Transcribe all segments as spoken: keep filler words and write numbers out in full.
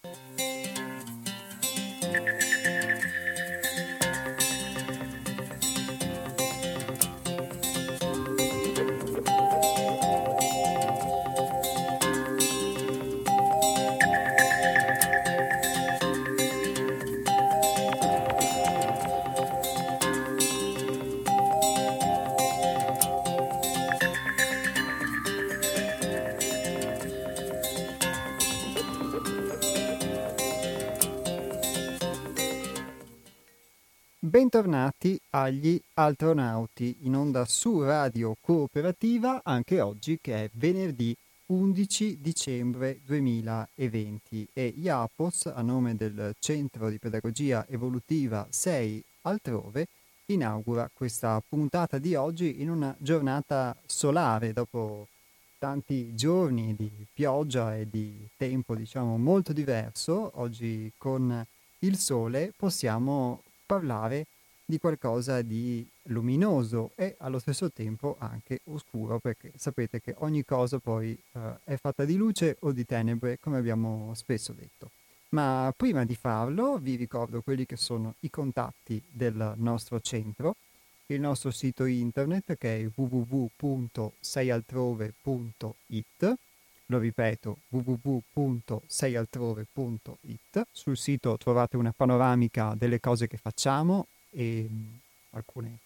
Bentornati agli Altronauti in onda su Radio Cooperativa, anche oggi che è venerdì undici dicembre duemilaventi, e I A P O S, a nome del Centro di Pedagogia Evolutiva sei Altrove, inaugura questa puntata di oggi in una giornata solare dopo tanti giorni di pioggia e di tempo, diciamo, molto diverso. Oggi con il sole possiamo parlare di qualcosa di luminoso e allo stesso tempo anche oscuro, perché sapete che ogni cosa poi eh, è fatta di luce o di tenebre, come abbiamo spesso detto. Ma prima di farlo vi ricordo quelli che sono i contatti del nostro centro, il nostro sito internet che è w w w punto sei altrove punto i t. Lo ripeto, w w w punto sei altrove punto i t. Sul sito trovate una panoramica delle cose che facciamo e mh, alcune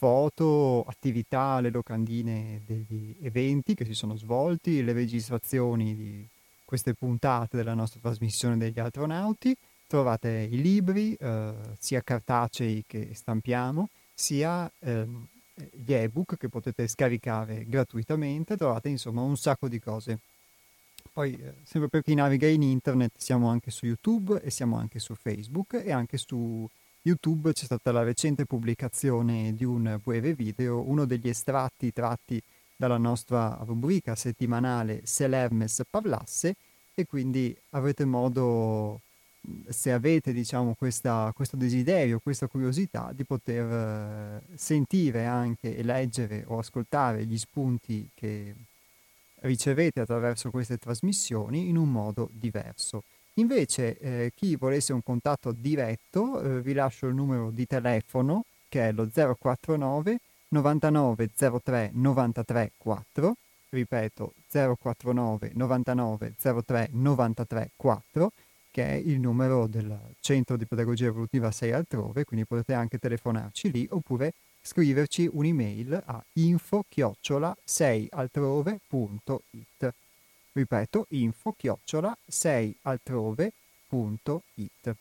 foto, attività, le locandine degli eventi che si sono svolti, le registrazioni di queste puntate della nostra trasmissione degli Astronauti. Trovate i libri, eh, sia cartacei che stampiamo, sia ehm, gli ebook che potete scaricare gratuitamente. Trovate insomma un sacco di cose. Poi, eh, sempre per chi naviga in internet, siamo anche su YouTube e siamo anche su Facebook, e anche su YouTube c'è stata la recente pubblicazione di un breve video, uno degli estratti tratti dalla nostra rubrica settimanale Se l'Hermes parlasse, e quindi avrete modo, se avete diciamo questa, questo desiderio, questa curiosità, di poter eh, sentire anche e leggere o ascoltare gli spunti che ricevete attraverso queste trasmissioni in un modo diverso. Invece, eh, chi volesse un contatto diretto, eh, vi lascio il numero di telefono che è lo zero quattro nove novantanove zero tre novantatré quattro, ripeto zero quattro nove novantanove zero tre novantatré quattro, che è il numero del Centro di Pedagogia Evolutiva sei Altrove, quindi potete anche telefonarci lì oppure scriverci un'email a info chiocciola sei altrove punto i t. Ripeto, info chiocciola sei altrove punto i t.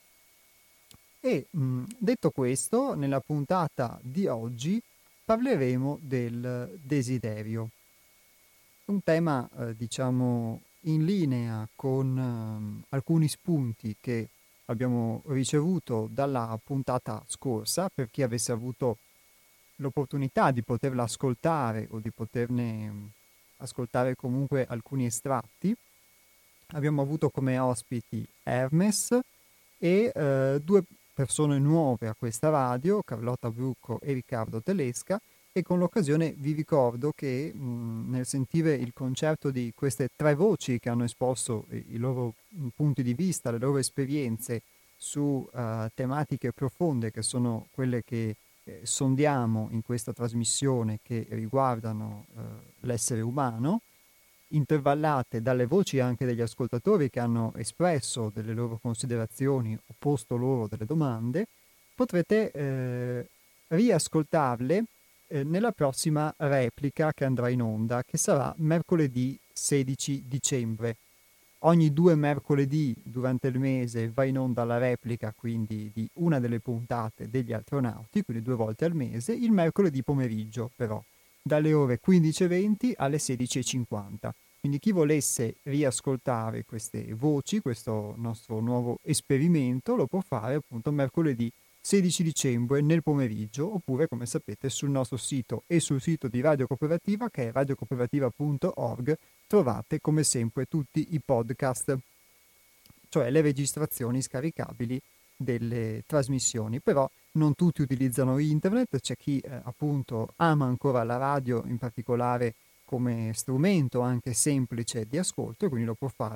E mh, detto questo, nella puntata di oggi parleremo del desiderio. Un tema, eh, diciamo, in linea con um, alcuni spunti che abbiamo ricevuto dalla puntata scorsa. Per chi avesse avuto l'opportunità di poterla ascoltare o di poterne mh, ascoltare comunque alcuni estratti, abbiamo avuto come ospiti Hermes e eh, due persone nuove a questa radio, Carlotta Brucco e Riccardo Telesca, e con l'occasione vi ricordo che mh, nel sentire il concerto di queste tre voci che hanno esposto i, i loro mh, punti di vista, le loro esperienze su uh, tematiche profonde che sono quelle che eh, sondiamo in questa trasmissione, che riguardano uh, l'essere umano, intervallate dalle voci anche degli ascoltatori che hanno espresso delle loro considerazioni o posto loro delle domande, potrete eh, riascoltarle eh, nella prossima replica che andrà in onda, che sarà mercoledì sedici dicembre. Ogni due mercoledì durante il mese va in onda la replica, quindi di una delle puntate degli Astronauti, quindi due volte al mese, il mercoledì pomeriggio però, dalle ore quindici e venti alle sedici e cinquanta. Quindi chi volesse riascoltare queste voci, questo nostro nuovo esperimento, lo può fare appunto mercoledì sedici dicembre nel pomeriggio, oppure come sapete sul nostro sito e sul sito di Radio Cooperativa, che è radio cooperativa punto org, trovate come sempre tutti i podcast, cioè le registrazioni scaricabili delle trasmissioni. Però non tutti utilizzano internet, c'è chi eh, appunto ama ancora la radio, in particolare come strumento anche semplice di ascolto, e quindi lo può fare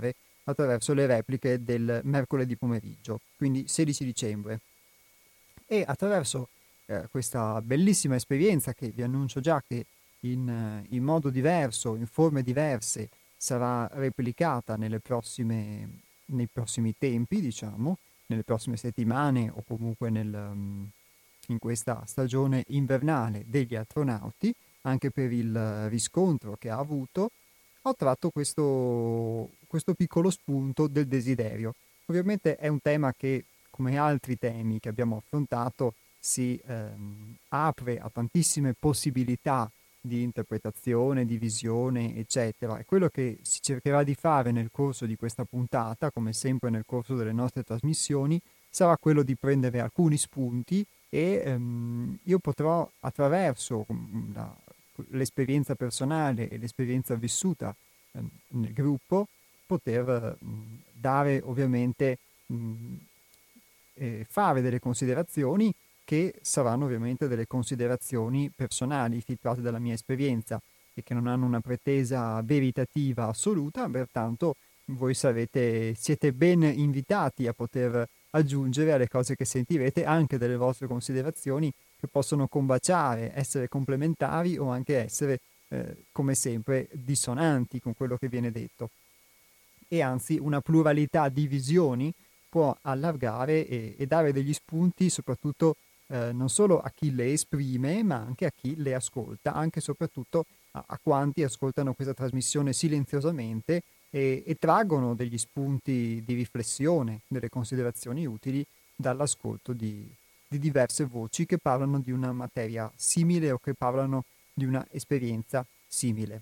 attraverso le repliche del mercoledì pomeriggio, quindi sedici dicembre. E attraverso eh, questa bellissima esperienza, che vi annuncio già che in, eh, in modo diverso, in forme diverse, sarà replicata nelle prossime, nei prossimi tempi, diciamo, nelle prossime settimane o comunque nel, um, in questa stagione invernale degli astronauti, anche per il riscontro che ha avuto, ho tratto questo, questo piccolo spunto del desiderio. Ovviamente è un tema che, come altri temi che abbiamo affrontato, si ehm, apre a tantissime possibilità di interpretazione, di visione, eccetera. E quello che si cercherà di fare nel corso di questa puntata, come sempre nel corso delle nostre trasmissioni, sarà quello di prendere alcuni spunti e ehm, io potrò, attraverso mm, la, l'esperienza personale e l'esperienza vissuta ehm, nel gruppo, poter mh, dare ovviamente mh, eh, fare delle considerazioni che saranno ovviamente delle considerazioni personali filtrate dalla mia esperienza e che non hanno una pretesa veritativa assoluta, pertanto voi sarete, siete ben invitati a poter aggiungere alle cose che sentirete anche delle vostre considerazioni che possono combaciare, essere complementari o anche essere, eh, come sempre, dissonanti con quello che viene detto. E anzi una pluralità di visioni può allargare e, e dare degli spunti soprattutto eh, non solo a chi le esprime ma anche a chi le ascolta, anche e soprattutto a, a quanti ascoltano questa trasmissione silenziosamente e, e traggono degli spunti di riflessione, delle considerazioni utili dall'ascolto di, di diverse voci che parlano di una materia simile o che parlano di una esperienza simile.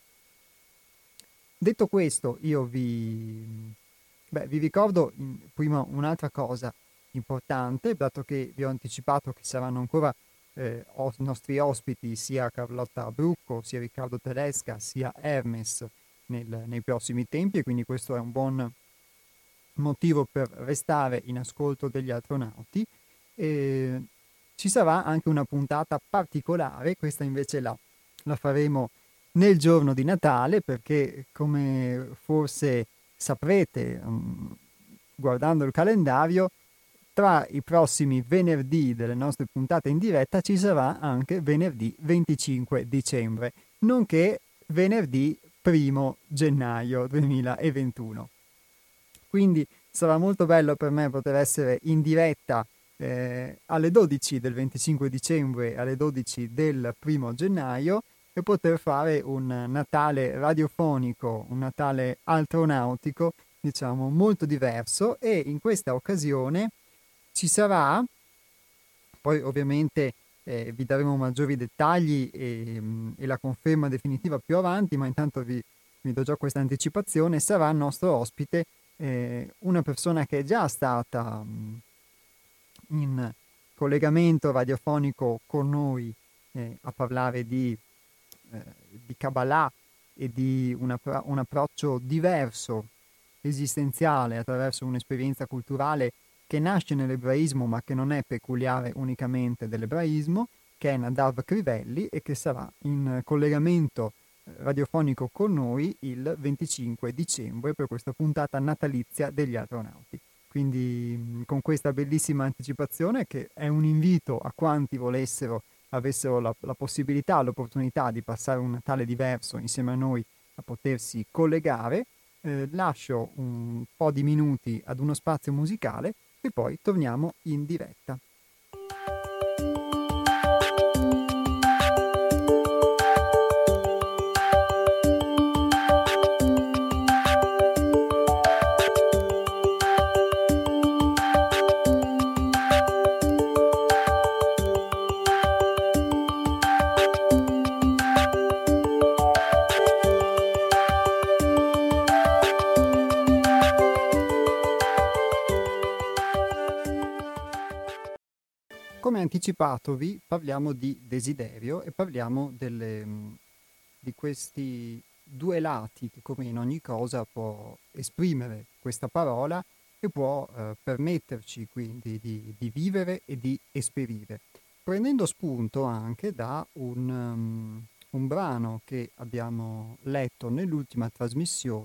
Detto questo, io vi, beh, vi ricordo in, prima un'altra cosa importante, dato che vi ho anticipato che saranno ancora eh, os- nostri ospiti sia Carlotta Brucco, sia Riccardo Tedesca, sia Hermes nel- nei prossimi tempi, e quindi questo è un buon motivo per restare in ascolto degli astronauti. E ci sarà anche una puntata particolare, questa invece la, la faremo nel giorno di Natale, perché come forse saprete um, guardando il calendario, tra i prossimi venerdì delle nostre puntate in diretta ci sarà anche venerdì venticinque dicembre, nonché venerdì primo gennaio duemilaventuno. Quindi sarà molto bello per me poter essere in diretta eh, alle dodici del venticinque dicembre, alle dodici del primo gennaio, e poter fare un Natale radiofonico, un Natale astronautico, diciamo, molto diverso. E in questa occasione ci sarà, poi ovviamente eh, vi daremo maggiori dettagli e, e la conferma definitiva più avanti, ma intanto vi, vi do già questa anticipazione, sarà il nostro ospite eh, una persona che è già stata mh, in collegamento radiofonico con noi eh, a parlare di, eh, di Kabbalah e di un, appro- un approccio diverso, esistenziale, attraverso un'esperienza culturale che nasce nell'ebraismo ma che non è peculiare unicamente dell'ebraismo, che è Nadav Crivelli e che sarà in collegamento radiofonico con noi il venticinque dicembre per questa puntata natalizia degli astronauti. Quindi con questa bellissima anticipazione, che è un invito a quanti volessero, avessero la, la possibilità, l'opportunità di passare un Natale diverso insieme a noi, a potersi collegare, eh, lascio un po' di minuti ad uno spazio musicale e poi torniamo in diretta. Come anticipatovi, parliamo di desiderio e parliamo delle, di questi due lati che, come in ogni cosa, può esprimere questa parola e può eh, permetterci quindi di, di vivere e di esperire, prendendo spunto anche da un, um, un brano che abbiamo letto nell'ultima trasmissione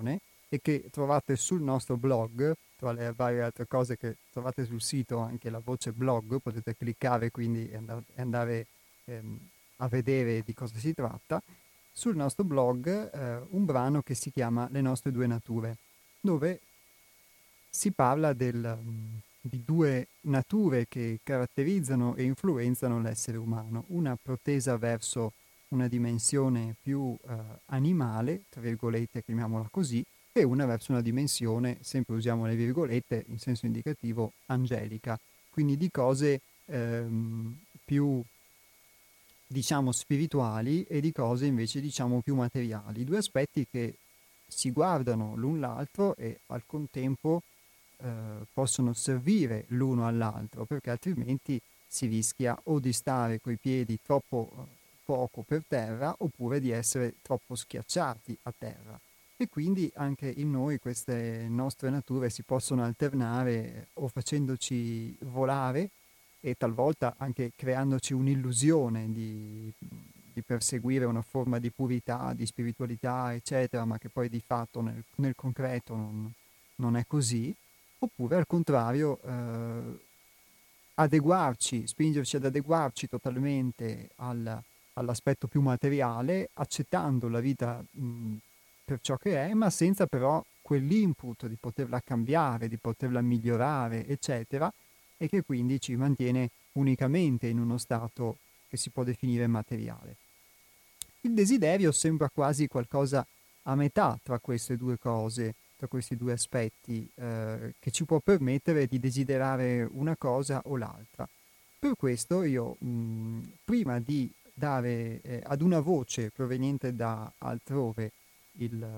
e che trovate sul nostro blog, tra le varie altre cose che trovate sul sito, anche la voce blog, potete cliccare quindi e andare, andare ehm, a vedere di cosa si tratta. Sul nostro blog eh, un brano che si chiama Le nostre due nature, dove si parla del, di due nature che caratterizzano e influenzano l'essere umano, una protesa verso una dimensione più eh, animale, tra virgolette, chiamiamola così, e una verso una dimensione, sempre usiamo le virgolette in senso indicativo, angelica, quindi di cose ehm, più diciamo spirituali e di cose invece diciamo più materiali, due aspetti che si guardano l'un l'altro e al contempo eh, possono servire l'uno all'altro, perché altrimenti si rischia o di stare coi piedi troppo eh, poco per terra oppure di essere troppo schiacciati a terra. E quindi anche in noi queste nostre nature si possono alternare eh, o facendoci volare e talvolta anche creandoci un'illusione di, di perseguire una forma di purità, di spiritualità, eccetera, ma che poi di fatto nel, nel concreto non, non è così, oppure al contrario eh, adeguarci, spingerci ad adeguarci totalmente al, all'aspetto più materiale, accettando la vita mh, per ciò che è, ma senza però quell'input di poterla cambiare, di poterla migliorare, eccetera, e che quindi ci mantiene unicamente in uno stato che si può definire materiale. Il desiderio sembra quasi qualcosa a metà tra queste due cose, tra questi due aspetti, eh, che ci può permettere di desiderare una cosa o l'altra. Per questo io, mh, prima di dare eh, ad una voce proveniente da altrove il,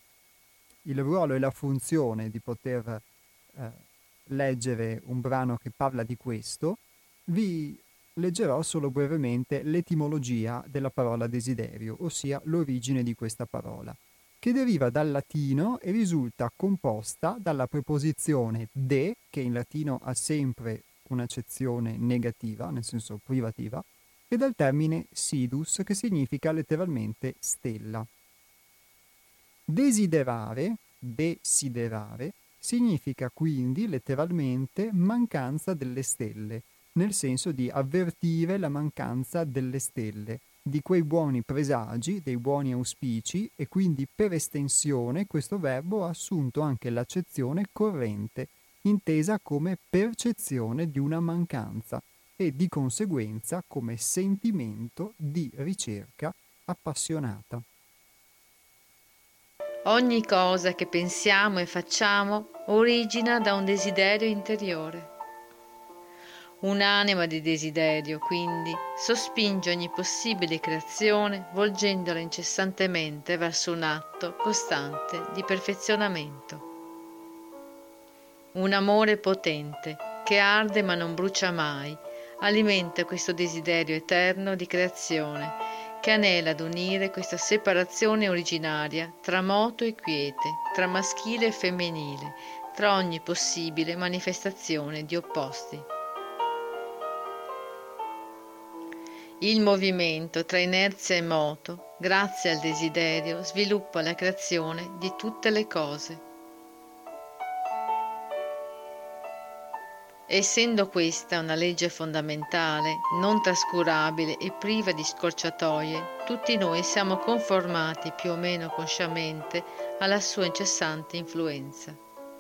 il ruolo e la funzione di poter eh, leggere un brano che parla di questo, vi leggerò solo brevemente l'etimologia della parola desiderio, ossia l'origine di questa parola, che deriva dal latino e risulta composta dalla preposizione de, che in latino ha sempre un'accezione negativa, nel senso privativa, e dal termine sidus, che significa letteralmente stella. Desiderare, desiderare, significa quindi letteralmente mancanza delle stelle, nel senso di avvertire la mancanza delle stelle, di quei buoni presagi, dei buoni auspici, e quindi per estensione questo verbo ha assunto anche l'accezione corrente, intesa come percezione di una mancanza e di conseguenza come sentimento di ricerca appassionata. Ogni cosa che pensiamo e facciamo origina da un desiderio interiore. Un'anima di desiderio, quindi, sospinge ogni possibile creazione volgendola incessantemente verso un atto costante di perfezionamento. Un amore potente, che arde ma non brucia mai, alimenta questo desiderio eterno di creazione, che anela ad unire questa separazione originaria tra moto e quiete, tra maschile e femminile, tra ogni possibile manifestazione di opposti. Il movimento tra inerzia e moto, grazie al desiderio, sviluppa la creazione di tutte le cose. Essendo questa una legge fondamentale, non trascurabile e priva di scorciatoie, tutti noi siamo conformati più o meno consciamente alla sua incessante influenza.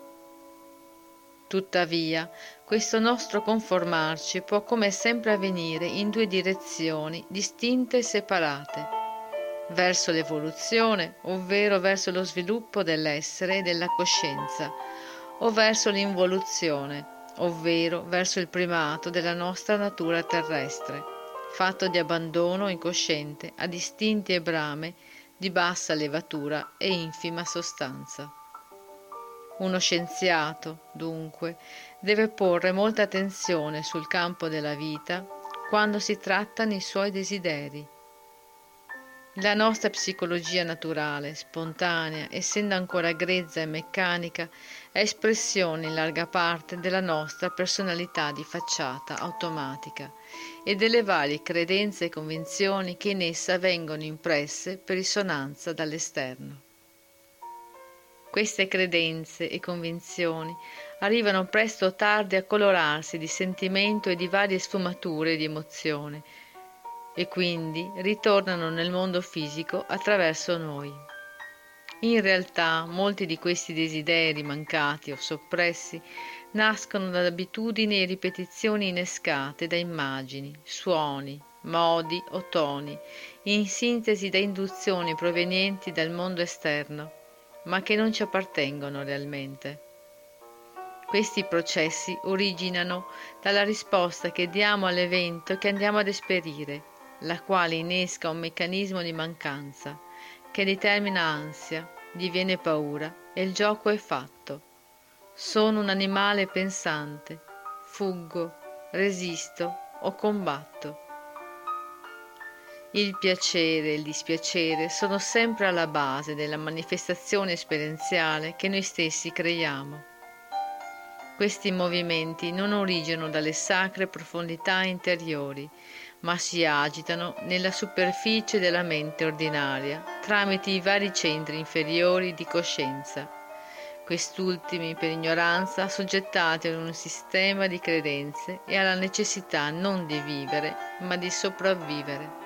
Tuttavia, questo nostro conformarci può come sempre avvenire in due direzioni distinte e separate, verso l'evoluzione, ovvero verso lo sviluppo dell'essere e della coscienza, o verso l'involuzione, ovvero verso il primato della nostra natura terrestre, fatto di abbandono incosciente ad istinti e brame di bassa levatura e infima sostanza. Uno scienziato, dunque, deve porre molta attenzione sul campo della vita quando si trattano i suoi desideri. La nostra psicologia naturale, spontanea, essendo ancora grezza e meccanica, è espressione in larga parte della nostra personalità di facciata automatica e delle varie credenze e convinzioni che in essa vengono impresse per risonanza dall'esterno. Queste credenze e convinzioni arrivano presto o tardi a colorarsi di sentimento e di varie sfumature di emozione e quindi ritornano nel mondo fisico attraverso noi. In realtà molti di questi desideri mancati o soppressi nascono da abitudini e ripetizioni innescate da immagini, suoni, modi o toni, in sintesi da induzioni provenienti dal mondo esterno, ma che non ci appartengono realmente. Questi processi originano dalla risposta che diamo all'evento che andiamo ad esperire, la quale innesca un meccanismo di mancanza, che determina ansia, diviene paura e il gioco è fatto. Sono un animale pensante, fuggo, resisto o combatto. Il piacere e il dispiacere sono sempre alla base della manifestazione esperienziale che noi stessi creiamo. Questi movimenti non originano dalle sacre profondità interiori, ma si agitano nella superficie della mente ordinaria tramite i vari centri inferiori di coscienza, quest'ultimi per ignoranza assoggettati ad un sistema di credenze e alla necessità non di vivere, ma di sopravvivere.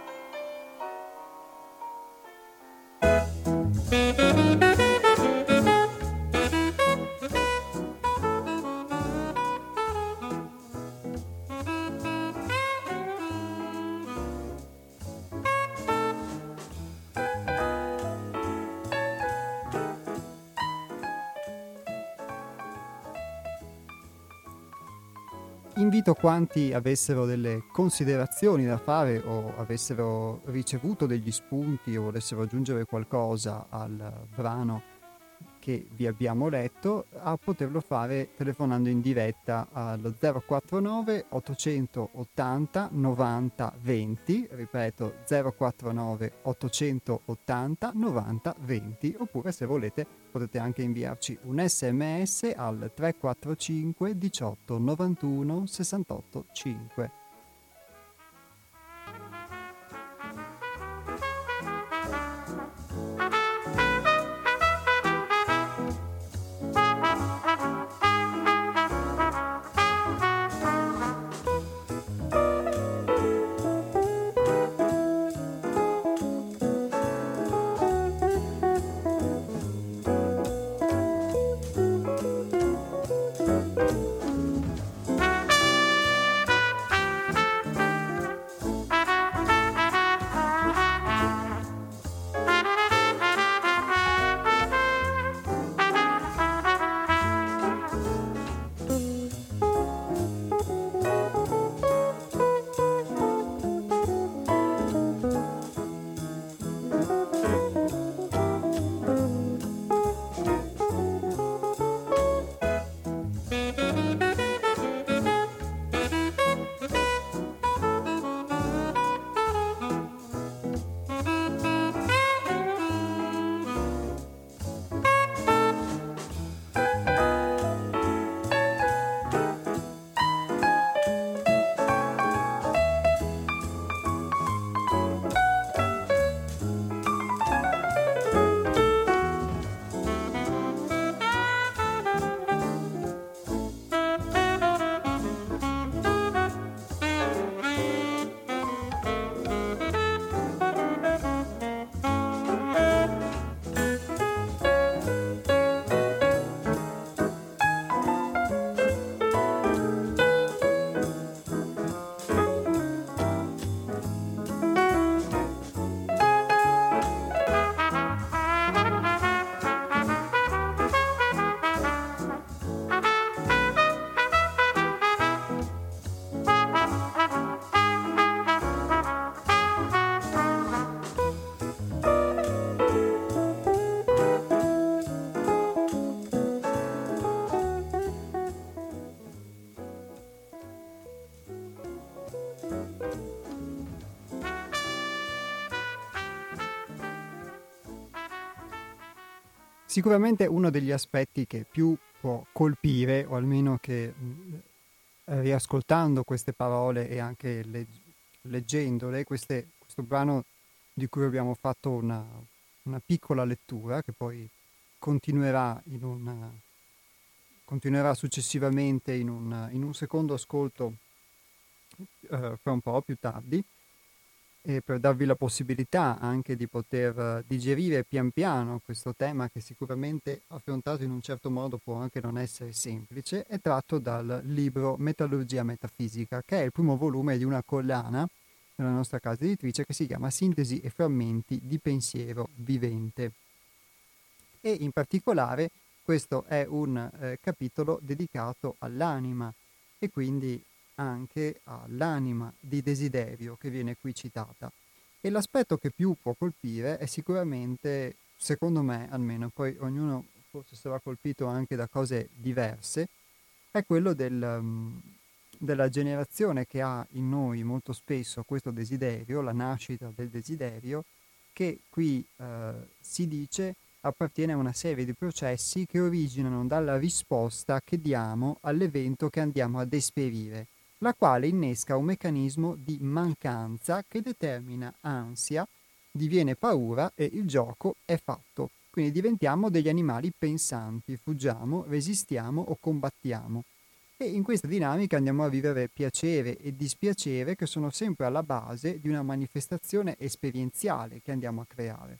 Invito quanti avessero delle considerazioni da fare o avessero ricevuto degli spunti o volessero aggiungere qualcosa al brano che vi abbiamo letto a poterlo fare telefonando in diretta allo zero quattro nove ottocentottanta novanta venti, ripeto zero quattro nove ottocentottanta novanta venti, oppure se volete potete anche inviarci un sms al tre quattro cinque diciotto novantuno sessantotto cinque. Sicuramente uno degli aspetti che più può colpire, o almeno che mh, riascoltando queste parole e anche legg- leggendole, queste, questo brano di cui abbiamo fatto una, una piccola lettura, che poi continuerà in un continuerà successivamente in un, in un secondo ascolto eh, fra un po' più tardi, e per darvi la possibilità anche di poter digerire pian piano questo tema che sicuramente affrontato in un certo modo può anche non essere semplice. È tratto dal libro Metallurgia Metafisica, che è il primo volume di una collana della nostra casa editrice che si chiama Sintesi e frammenti di pensiero vivente, e in particolare questo è un eh, capitolo dedicato all'anima e quindi anche all'anima di desiderio che viene qui citata. E l'aspetto che più può colpire è sicuramente, secondo me almeno, poi ognuno forse sarà colpito anche da cose diverse, è quello del, um, della generazione che ha in noi molto spesso questo desiderio, la nascita del desiderio, che qui eh, si dice appartiene a una serie di processi che originano dalla risposta che diamo all'evento che andiamo ad esperire, la quale innesca un meccanismo di mancanza che determina ansia, diviene paura e il gioco è fatto. Quindi diventiamo degli animali pensanti, fuggiamo, resistiamo o combattiamo. E in questa dinamica andiamo a vivere piacere e dispiacere che sono sempre alla base di una manifestazione esperienziale che andiamo a creare.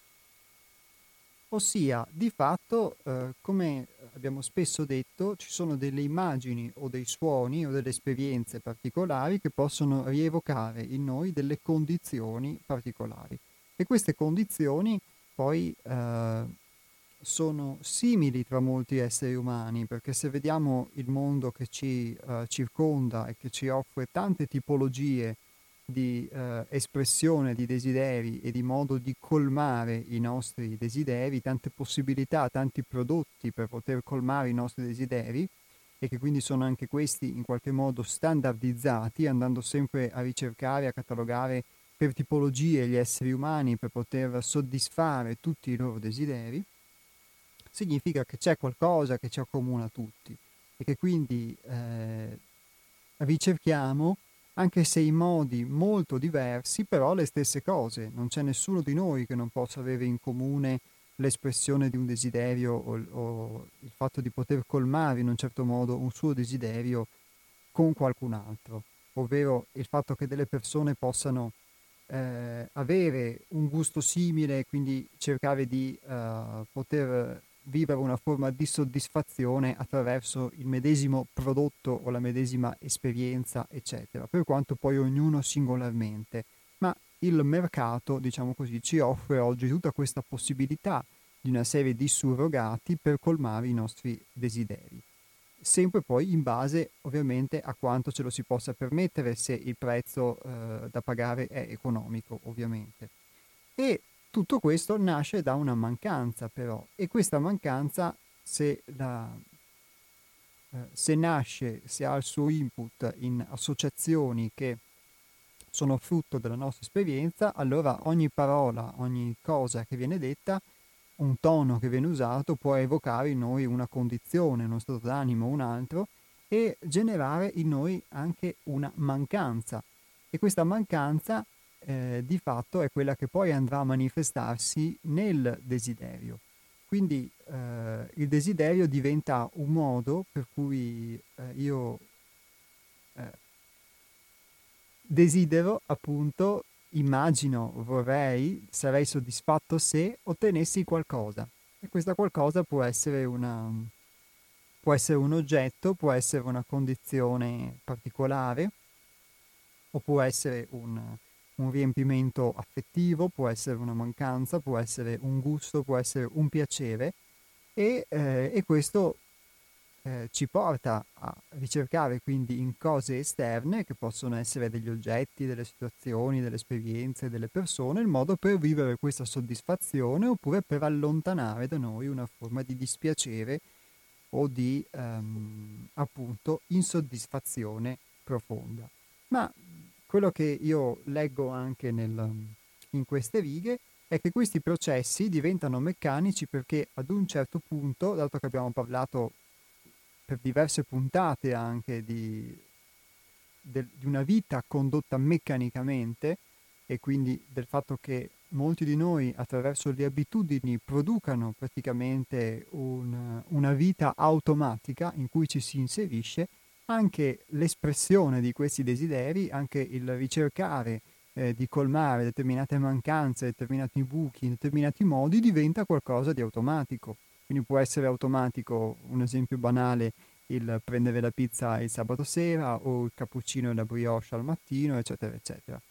Ossia, di fatto, eh, come abbiamo spesso detto, ci sono delle immagini o dei suoni o delle esperienze particolari che possono rievocare in noi delle condizioni particolari. E queste condizioni poi eh, sono simili tra molti esseri umani, perché se vediamo il mondo che ci eh, circonda e che ci offre tante tipologie di eh, espressione di desideri e di modo di colmare i nostri desideri, tante possibilità, tanti prodotti per poter colmare i nostri desideri, e che quindi sono anche questi in qualche modo standardizzati, andando sempre a ricercare, a catalogare per tipologie gli esseri umani per poter soddisfare tutti i loro desideri, significa che c'è qualcosa che ci accomuna tutti e che quindi eh, ricerchiamo, anche se in modi molto diversi, però le stesse cose. Non c'è nessuno di noi che non possa avere in comune l'espressione di un desiderio o, o il fatto di poter colmare in un certo modo un suo desiderio con qualcun altro, ovvero il fatto che delle persone possano eh, avere un gusto simile, quindi cercare di eh, poter vivere una forma di soddisfazione attraverso il medesimo prodotto o la medesima esperienza, eccetera, per quanto poi ognuno singolarmente. Ma il mercato, diciamo così, ci offre oggi tutta questa possibilità di una serie di surrogati per colmare i nostri desideri. Sempre poi in base ovviamente a quanto ce lo si possa permettere, se il prezzo eh, da pagare è economico, ovviamente. E tutto questo nasce da una mancanza però, e questa mancanza se, la, eh, se nasce, se ha il suo input in associazioni che sono frutto della nostra esperienza, allora ogni parola, ogni cosa che viene detta, un tono che viene usato può evocare in noi una condizione, uno stato d'animo, un altro, e generare in noi anche una mancanza. E questa mancanza eh, di fatto è quella che poi andrà a manifestarsi nel desiderio. Quindi eh, il desiderio diventa un modo per cui eh, io eh, desidero, appunto, immagino, vorrei, sarei soddisfatto se ottenessi qualcosa. E questa qualcosa può essere una, può essere un oggetto, può essere una condizione particolare, o può essere un, un riempimento affettivo, può essere una mancanza, può essere un gusto, può essere un piacere, e, eh, e questo eh, ci porta a ricercare quindi in cose esterne, che possono essere degli oggetti, delle situazioni, delle esperienze, delle persone, il modo per vivere questa soddisfazione oppure per allontanare da noi una forma di dispiacere o di ehm, appunto insoddisfazione profonda. Ma quello che io leggo anche nel, in queste righe è che questi processi diventano meccanici perché ad un certo punto, dato che abbiamo parlato per diverse puntate anche di, del, di una vita condotta meccanicamente, e quindi del fatto che molti di noi attraverso le abitudini producano praticamente un- una vita automatica in cui ci si inserisce, anche l'espressione di questi desideri, anche il ricercare eh, di colmare determinate mancanze, determinati buchi, in determinati modi, diventa qualcosa di automatico. Quindi può essere automatico, un esempio banale, il prendere la pizza il sabato sera o il cappuccino e la brioche al mattino, eccetera, eccetera.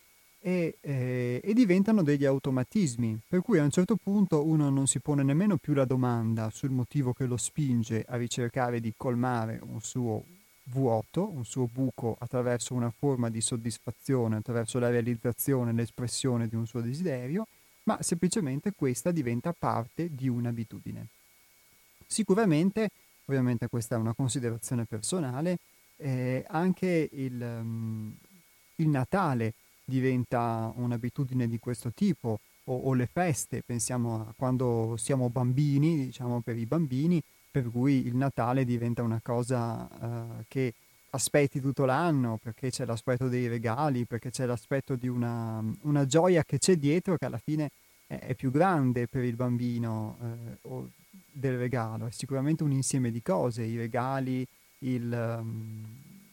E, eh, e diventano degli automatismi, per cui a un certo punto uno non si pone nemmeno più la domanda sul motivo che lo spinge a ricercare di colmare un suo vuoto, un suo buco attraverso una forma di soddisfazione, attraverso la realizzazione, l'espressione di un suo desiderio, ma semplicemente questa diventa parte di un'abitudine. Sicuramente, ovviamente questa è una considerazione personale, eh, anche il, um, il Natale diventa un'abitudine di questo tipo, o, o le feste, pensiamo a quando siamo bambini, diciamo per i bambini, per cui il Natale diventa una cosa eh, che aspetti tutto l'anno, perché c'è l'aspetto dei regali, perché c'è l'aspetto di una, una gioia che c'è dietro, che alla fine è, è più grande per il bambino eh, o del regalo, è sicuramente un insieme di cose, i regali, il, um,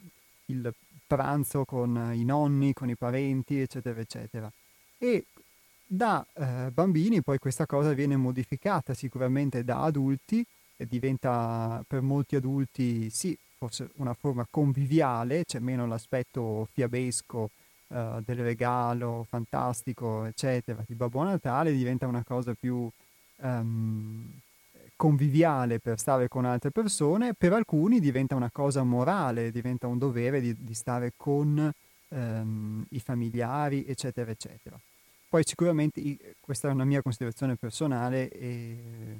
il pranzo con i nonni, con i parenti, eccetera, eccetera. E da eh, bambini poi questa cosa viene modificata sicuramente da adulti e diventa per molti adulti, sì, forse una forma conviviale, c'è meno l'aspetto fiabesco eh, del regalo fantastico, eccetera, di Babbo Natale, diventa una cosa più ehm, conviviale per stare con altre persone, per alcuni diventa una cosa morale, diventa un dovere di, di stare con ehm, i familiari, eccetera, eccetera. Poi sicuramente i- questa è una mia considerazione personale e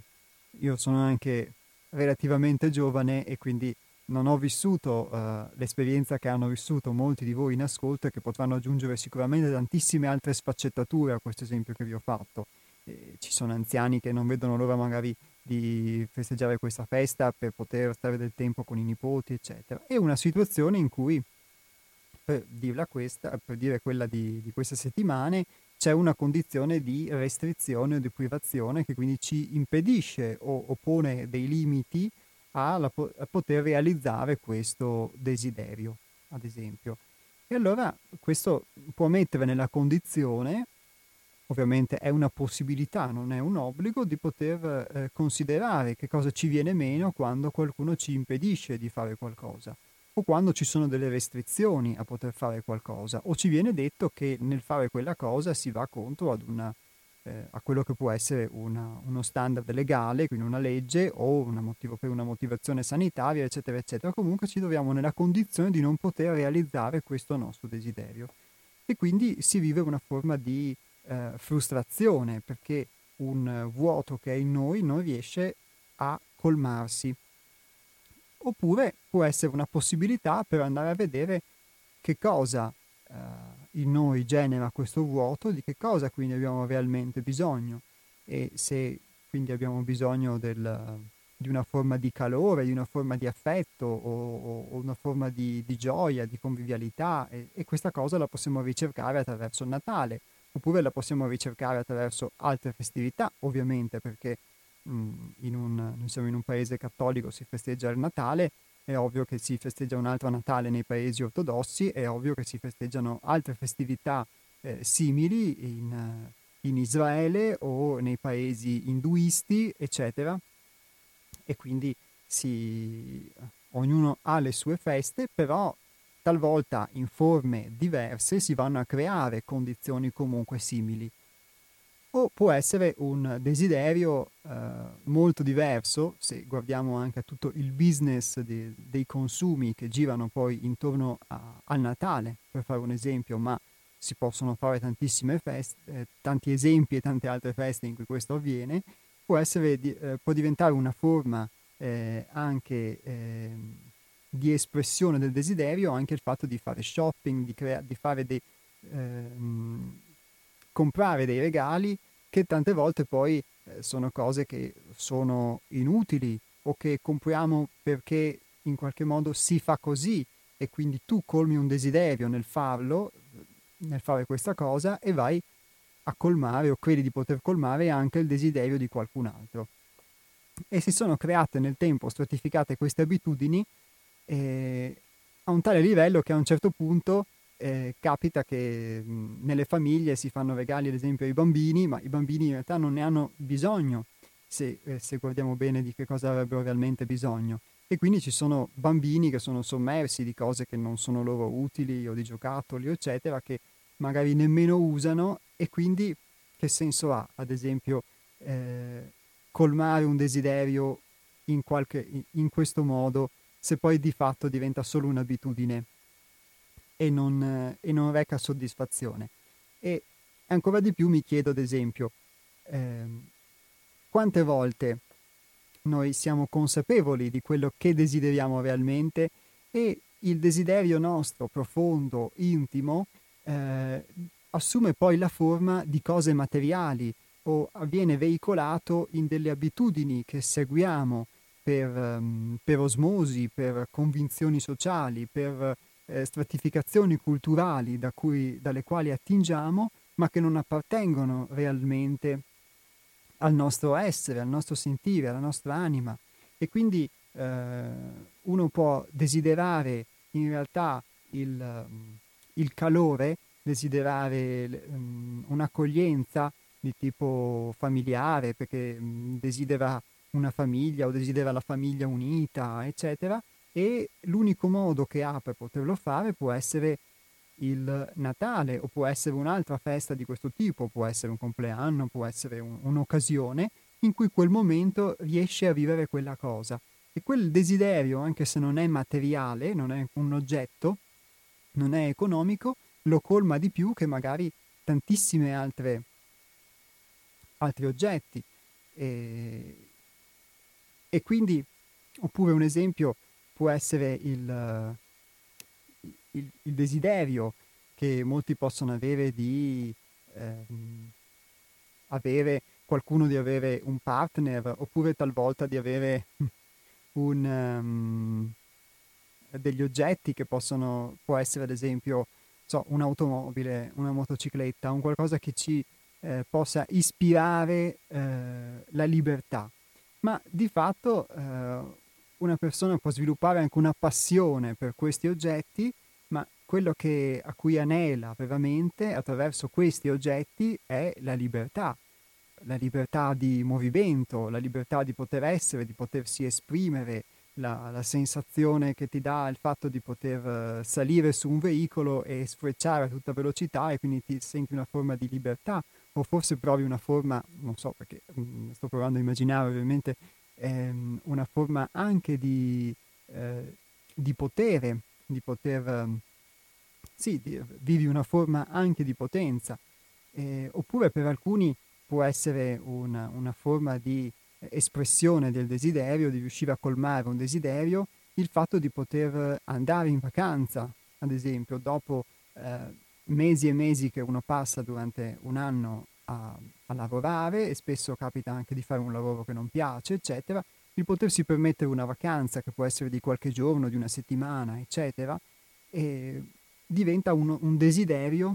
io sono anche relativamente giovane e quindi non ho vissuto eh, l'esperienza che hanno vissuto molti di voi in ascolto e che potranno aggiungere sicuramente tantissime altre sfaccettature a questo esempio che vi ho fatto. Eh, ci sono anziani che non vedono l'ora magari di festeggiare questa festa per poter stare del tempo con i nipoti, eccetera. È una situazione in cui, per dirla questa, per dire quella di, di queste settimane, c'è una condizione di restrizione o di privazione che quindi ci impedisce o oppone dei limiti alla po- a poter realizzare questo desiderio, ad esempio. E allora questo può mettere nella condizione, ovviamente è una possibilità, non è un obbligo, di poter eh, considerare che cosa ci viene meno quando qualcuno ci impedisce di fare qualcosa o quando ci sono delle restrizioni a poter fare qualcosa o ci viene detto che nel fare quella cosa si va contro ad una, eh, a quello che può essere una- uno standard legale, quindi una legge o una motivo- per una motivazione sanitaria, eccetera, eccetera. Comunque ci troviamo nella condizione di non poter realizzare questo nostro desiderio e quindi si vive una forma di eh, frustrazione perché un eh, vuoto che è in noi non riesce a colmarsi. Oppure può essere una possibilità per andare a vedere che cosa eh, in noi genera questo vuoto, di che cosa quindi abbiamo realmente bisogno e se quindi abbiamo bisogno del, di una forma di calore, di una forma di affetto o, o una forma di, di gioia, di convivialità e, e questa cosa la possiamo ricercare attraverso il Natale oppure la possiamo ricercare attraverso altre festività, ovviamente perché mh, in un, noi siamo in un paese cattolico, si festeggia il Natale, è ovvio che si festeggia un altro Natale nei paesi ortodossi, è ovvio che si festeggiano altre festività eh, simili in, eh, in Israele o nei paesi induisti, eccetera. E quindi si, ognuno ha le sue feste, però talvolta in forme diverse si vanno a creare condizioni comunque simili. O può essere un desiderio eh, molto diverso, se guardiamo anche a tutto il business de- dei consumi che girano poi intorno a- al Natale, per fare un esempio, ma si possono fare tantissime feste, eh, tanti esempi e tante altre feste in cui questo avviene, può, essere, di- eh, può diventare una forma eh, anche ehm, di espressione del desiderio, anche il fatto di fare shopping, di, crea- di fare dei... ehm, comprare dei regali che tante volte poi eh, sono cose che sono inutili o che compriamo perché in qualche modo si fa così e quindi tu colmi un desiderio nel farlo, nel fare questa cosa e vai a colmare o credi di poter colmare anche il desiderio di qualcun altro. E si sono create nel tempo, stratificate queste abitudini eh, a un tale livello che a un certo punto eh, capita che mh, nelle famiglie si fanno regali ad esempio ai bambini, ma i bambini in realtà non ne hanno bisogno, se, eh, se guardiamo bene di che cosa avrebbero realmente bisogno. E quindi ci sono bambini che sono sommersi di cose che non sono loro utili o di giocattoli eccetera, che magari nemmeno usano, e quindi che senso ha ad esempio eh, colmare un desiderio in, qualche, in, in questo modo, se poi di fatto diventa solo un'abitudine e non, eh, e non reca soddisfazione. E ancora di più mi chiedo ad esempio ehm, quante volte noi siamo consapevoli di quello che desideriamo realmente e il desiderio nostro profondo, intimo, eh, assume poi la forma di cose materiali o viene veicolato in delle abitudini che seguiamo per, um, per osmosi, per convinzioni sociali, per eh, stratificazioni culturali da cui, dalle quali attingiamo, ma che non appartengono realmente al nostro essere, al nostro sentire, alla nostra anima. E quindi eh, uno può desiderare in realtà il, il calore, desiderare um, un'accoglienza di tipo familiare, perché um, desidera una famiglia o desidera la famiglia unita, eccetera, e l'unico modo che ha per poterlo fare può essere il Natale o può essere un'altra festa di questo tipo, può essere un compleanno, può essere un, un'occasione in cui quel momento riesce a vivere quella cosa. E quel desiderio, anche se non è materiale, non è un oggetto, non è economico, lo colma di più che magari tantissime altre altri oggetti. E, e quindi, oppure un esempio può essere il, il, il desiderio che molti possono avere di ehm, avere qualcuno, di avere un partner, oppure talvolta di avere un, um, degli oggetti che possono, può essere ad esempio so, un'automobile, una motocicletta, un qualcosa che ci eh, possa ispirare eh, la libertà. Ma di fatto eh, una persona può sviluppare anche una passione per questi oggetti, ma quello che, a cui anela veramente attraverso questi oggetti è la libertà, la libertà di movimento, la libertà di poter essere, di potersi esprimere, la, la sensazione che ti dà il fatto di poter uh, salire su un veicolo e sfrecciare a tutta velocità, e quindi ti senti una forma di libertà, o forse provi una forma, non so perché mh, sto provando a immaginare ovviamente, ehm, una forma anche di, eh, di potere, di poter, um, sì, di, vivi una forma anche di potenza, eh, oppure per alcuni può essere una, una forma di espressione del desiderio, di riuscire a colmare un desiderio, il fatto di poter andare in vacanza, ad esempio, dopo eh, mesi e mesi che uno passa durante un anno a, a lavorare, e spesso capita anche di fare un lavoro che non piace, eccetera, il potersi permettere una vacanza che può essere di qualche giorno, di una settimana, eccetera, e diventa un, un desiderio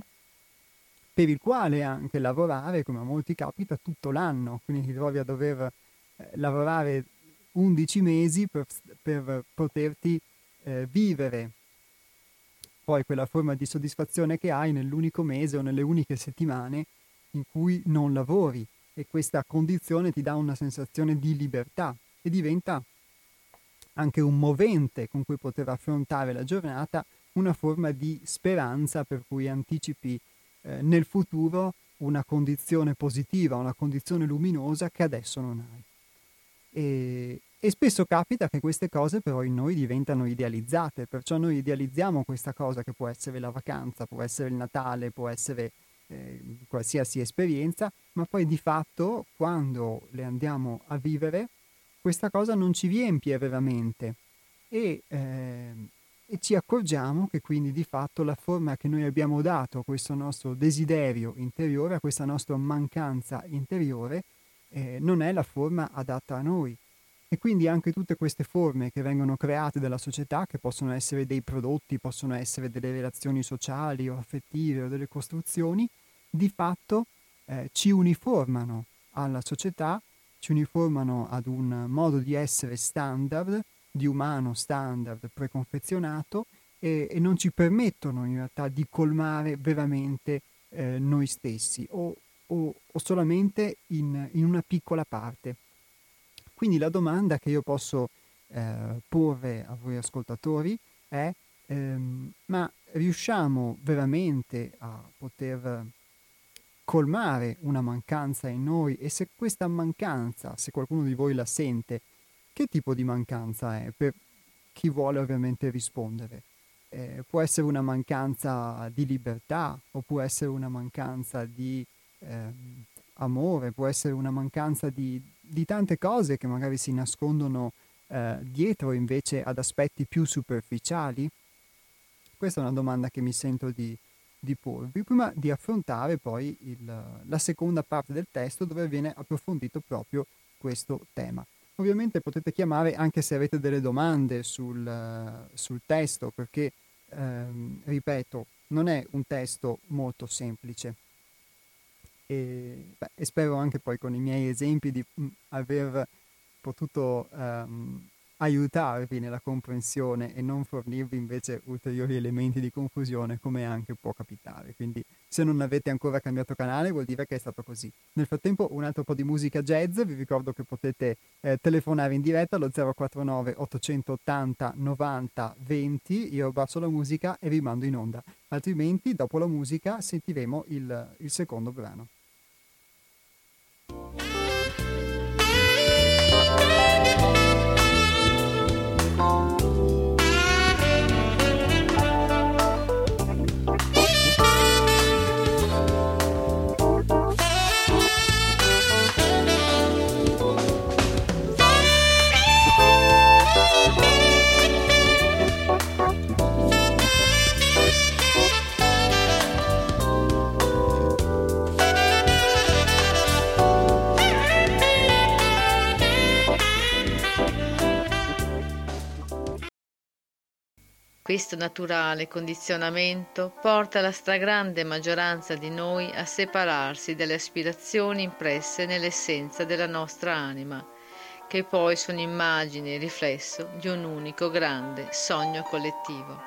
per il quale anche lavorare, come a molti capita, tutto l'anno, quindi ti trovi a dover eh, lavorare undici mesi per, per poterti eh, vivere poi quella forma di soddisfazione che hai nell'unico mese o nelle uniche settimane in cui non lavori, e questa condizione ti dà una sensazione di libertà e diventa anche un movente con cui poter affrontare la giornata, una forma di speranza per cui anticipi eh, nel futuro una condizione positiva, una condizione luminosa che adesso non hai. E, e spesso capita che queste cose però in noi diventano idealizzate, perciò noi idealizziamo questa cosa che può essere la vacanza, può essere il Natale, può essere eh, qualsiasi esperienza, ma poi di fatto quando le andiamo a vivere questa cosa non ci riempie veramente, e, eh, e ci accorgiamo che quindi di fatto la forma che noi abbiamo dato a questo nostro desiderio interiore, a questa nostra mancanza interiore, eh, non è la forma adatta a noi. E quindi anche tutte queste forme che vengono create dalla società, che possono essere dei prodotti, possono essere delle relazioni sociali o affettive o delle costruzioni, di fatto eh, ci uniformano alla società, ci uniformano ad un modo di essere standard, di umano standard preconfezionato e, e non ci permettono in realtà di colmare veramente eh, noi stessi o, o, o solamente in, in una piccola parte. Quindi la domanda che io posso eh, porre a voi ascoltatori è ehm, ma riusciamo veramente a poter colmare una mancanza in noi e se questa mancanza, se qualcuno di voi la sente, che tipo di mancanza è per chi vuole ovviamente rispondere? Eh, può essere una mancanza di libertà o può essere una mancanza di ehm, amore, può essere una mancanza di, di tante cose che magari si nascondono eh, dietro invece ad aspetti più superficiali? Questa è una domanda che mi sento di, di porvi prima di affrontare poi il, la seconda parte del testo dove viene approfondito proprio questo tema. Ovviamente potete chiamare anche se avete delle domande sul, sul testo perché, ehm, ripeto, non è un testo molto semplice. E, beh, e spero anche poi con i miei esempi di mh, aver potuto ehm, aiutarvi nella comprensione e non fornirvi invece ulteriori elementi di confusione come anche può capitare. Quindi se non avete ancora cambiato canale vuol dire che è stato così. Nel frattempo un altro po' di musica jazz, vi ricordo che potete eh, telefonare in diretta allo zero quattro nove ottocentottanta novanta venti, io abbasso la musica e vi mando in onda, altrimenti dopo la musica sentiremo il, il secondo brano. Questo naturale condizionamento porta la stragrande maggioranza di noi a separarsi dalle aspirazioni impresse nell'essenza della nostra anima, che poi sono immagine e riflesso di un unico grande sogno collettivo.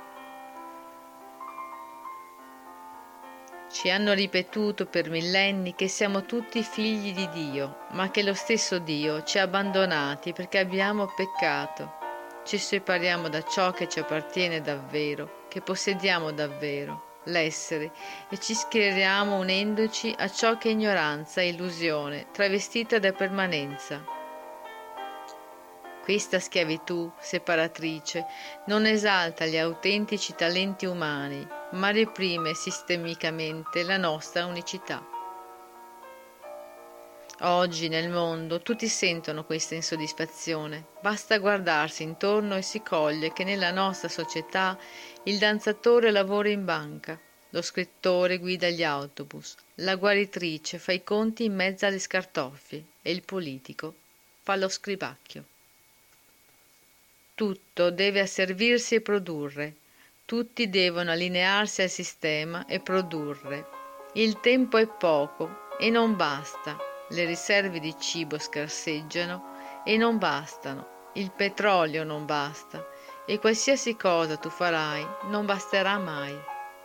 Ci hanno ripetuto per millenni che siamo tutti figli di Dio, ma che lo stesso Dio ci ha abbandonati perché abbiamo peccato. Ci separiamo da ciò che ci appartiene davvero, che possediamo davvero, l'essere, e ci schieriamo unendoci a ciò che è ignoranza e illusione, travestita da permanenza. Questa schiavitù separatrice non esalta gli autentici talenti umani, ma reprime sistemicamente la nostra unicità. Oggi nel mondo tutti sentono questa insoddisfazione. Basta guardarsi intorno e si coglie che nella nostra società il danzatore lavora in banca, lo scrittore guida gli autobus, la guaritrice fa i conti in mezzo alle scartoffie e il politico fa lo scribacchio. Tutto deve asservirsi e produrre, tutti devono allinearsi al sistema e produrre. Il tempo è poco e non basta. Le riserve di cibo scarseggiano e non bastano, il petrolio non basta e qualsiasi cosa tu farai non basterà mai.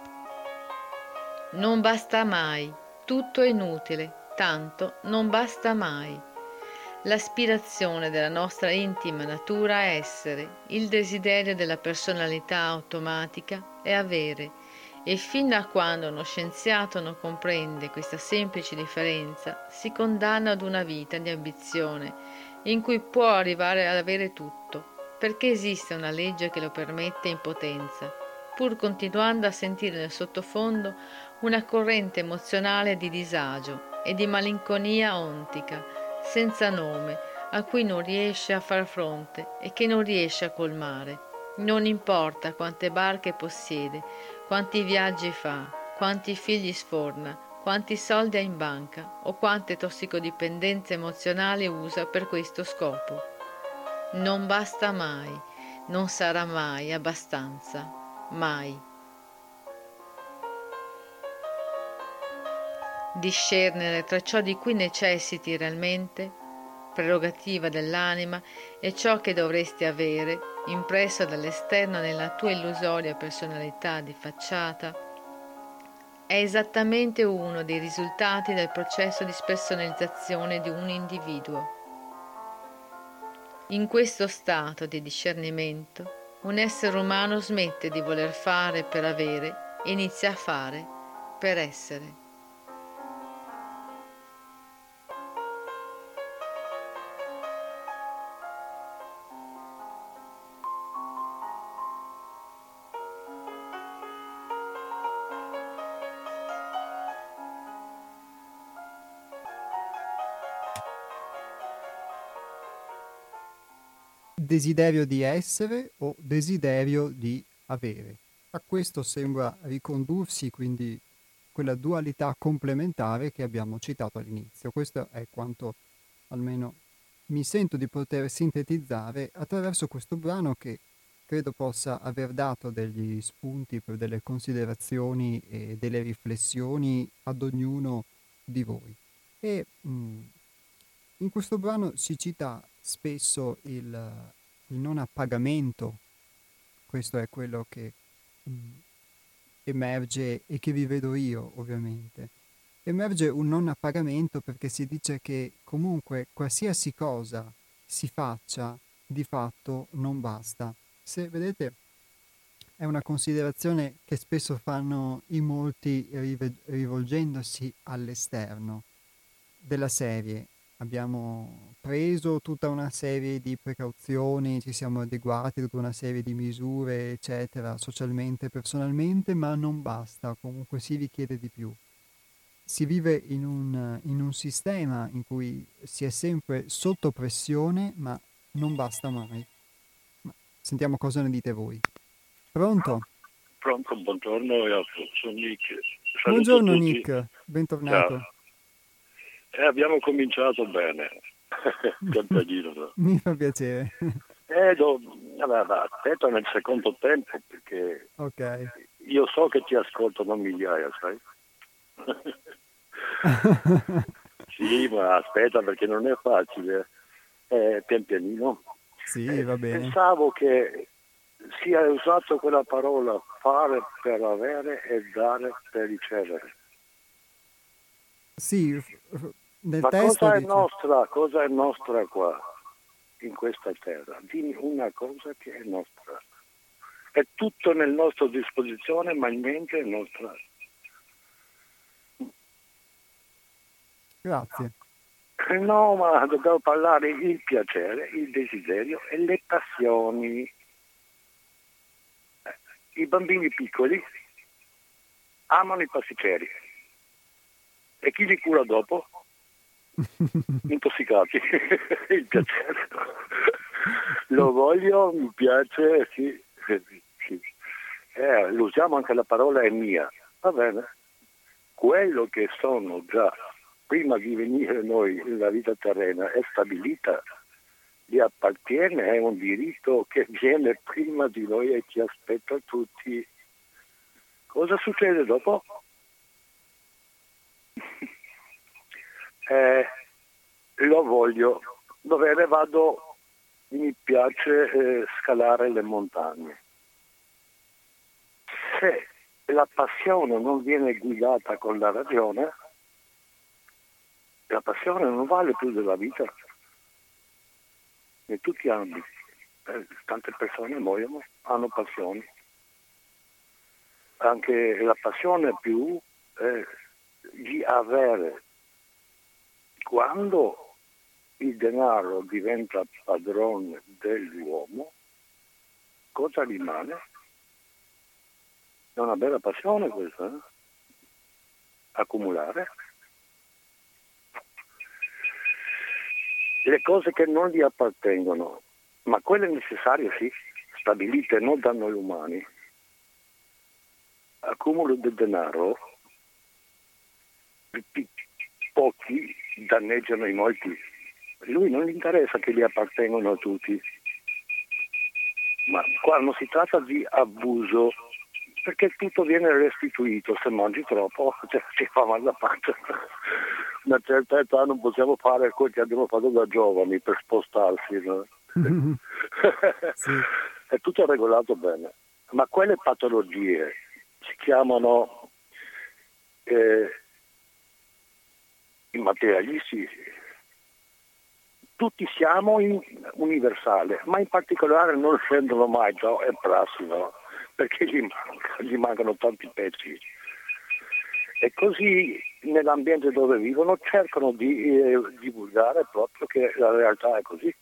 Non basta mai, tutto è inutile, tanto non basta mai. L'aspirazione della nostra intima natura è essere, il desiderio della personalità automatica è avere. E fino a quando uno scienziato non comprende questa semplice differenza, si condanna ad una vita di ambizione in cui può arrivare ad avere tutto, perché esiste una legge che lo permette in potenza, pur continuando a sentire nel sottofondo una corrente emozionale di disagio e di malinconia ontica, senza nome, a cui non riesce a far fronte e che non riesce a colmare. Non importa quante barche possiede, quanti viaggi fa, quanti figli sforna, quanti soldi ha in banca o quante tossicodipendenze emozionali usa per questo scopo. Non basta mai, non sarà mai abbastanza, mai. discernere tra ciò di cui necessiti realmente, prerogativa dell'anima, e ciò che dovresti avere, impresso dall'esterno nella tua illusoria personalità di facciata, è esattamente uno dei risultati del processo di spersonalizzazione di un individuo. In questo stato di discernimento, un essere umano smette di voler fare per avere e inizia a fare per essere. Desiderio di essere o desiderio di avere. A questo sembra ricondursi quindi quella dualità complementare che abbiamo citato all'inizio. Questo è quanto almeno mi sento di poter sintetizzare attraverso questo brano, che credo possa aver dato degli spunti per delle considerazioni e delle riflessioni ad ognuno di voi. E mh, in questo brano si cita spesso il, il non appagamento. Questo è quello che mh, emerge e che vi vedo io, ovviamente. Emerge un non appagamento perché si dice che comunque qualsiasi cosa si faccia, di fatto non basta. Se vedete, è una considerazione che spesso fanno in molti rive- rivolgendosi all'esterno, della serie. Abbiamo preso tutta una serie di precauzioni, ci siamo adeguati a tutta una serie di misure, eccetera, socialmente, personalmente, ma non basta, comunque si richiede di più. Si vive in un, in un sistema in cui si è sempre sotto pressione, ma non basta mai. Ma sentiamo cosa ne dite voi. Pronto? Pronto, buongiorno, sono Nick. Saluto Buongiorno tutti. Nick, bentornato. Ciao. Eh, abbiamo cominciato bene, piantanino. Mi fa piacere. Eh, do, allora, aspetta nel secondo tempo, perché Ok. io so che ti ascoltano migliaia, sai? Sì, ma aspetta, perché non è facile. Eh, pian pianino. Sì, Eh, va bene. Pensavo che sia usato quella parola fare per avere e dare per ricevere. Sì, f- f- nel Ma testo cosa è dice... nostra, cosa è nostra qua, in questa terra? Dimmi una cosa che è nostra. È tutto nel nostro disposizione, ma niente è nostra. Grazie. No, ma dobbiamo parlare il piacere, il desiderio e le passioni. I bambini piccoli amano i pasticceri. E chi li cura dopo? Intossicati. Il piacere. Lo voglio, mi piace, sì. sì. Eh, lo usiamo anche, la parola è mia. Va bene. Quello che sono già prima di venire noi nella vita terrena è stabilita, gli appartiene, è un diritto che viene prima di noi e ci aspetta tutti. Cosa succede dopo? Eh, lo voglio, dove ne vado mi piace eh, scalare le montagne. Se la passione non viene guidata con la ragione, la passione non vale più della vita, in tutti gli ambiti. Eh, tante persone muoiono, hanno passioni. Anche la passione più eh, di avere. Quando il denaro diventa padrone dell'uomo, cosa rimane? È una bella passione questa, eh? Accumulare. Le cose che non gli appartengono, ma quelle necessarie sì, stabilite non da noi umani. Accumulo del denaro, pochi danneggiano i molti. Lui non gli interessa che gli appartengono a tutti. Ma qua non si tratta di abuso, perché tutto viene restituito, se mangi troppo cioè, ti fa male la pancia. Una certa età non possiamo fare quel che abbiamo fatto da giovani per spostarsi, no? Sì. È tutto regolato bene, ma quelle patologie si chiamano eh, i materialisti. Tutti siamo in universale, ma in particolare non scendono mai, già è prassi, no? Perché gli, manca, gli mancano tanti pezzi. E così nell'ambiente dove vivono cercano di eh, divulgare proprio che la realtà è così.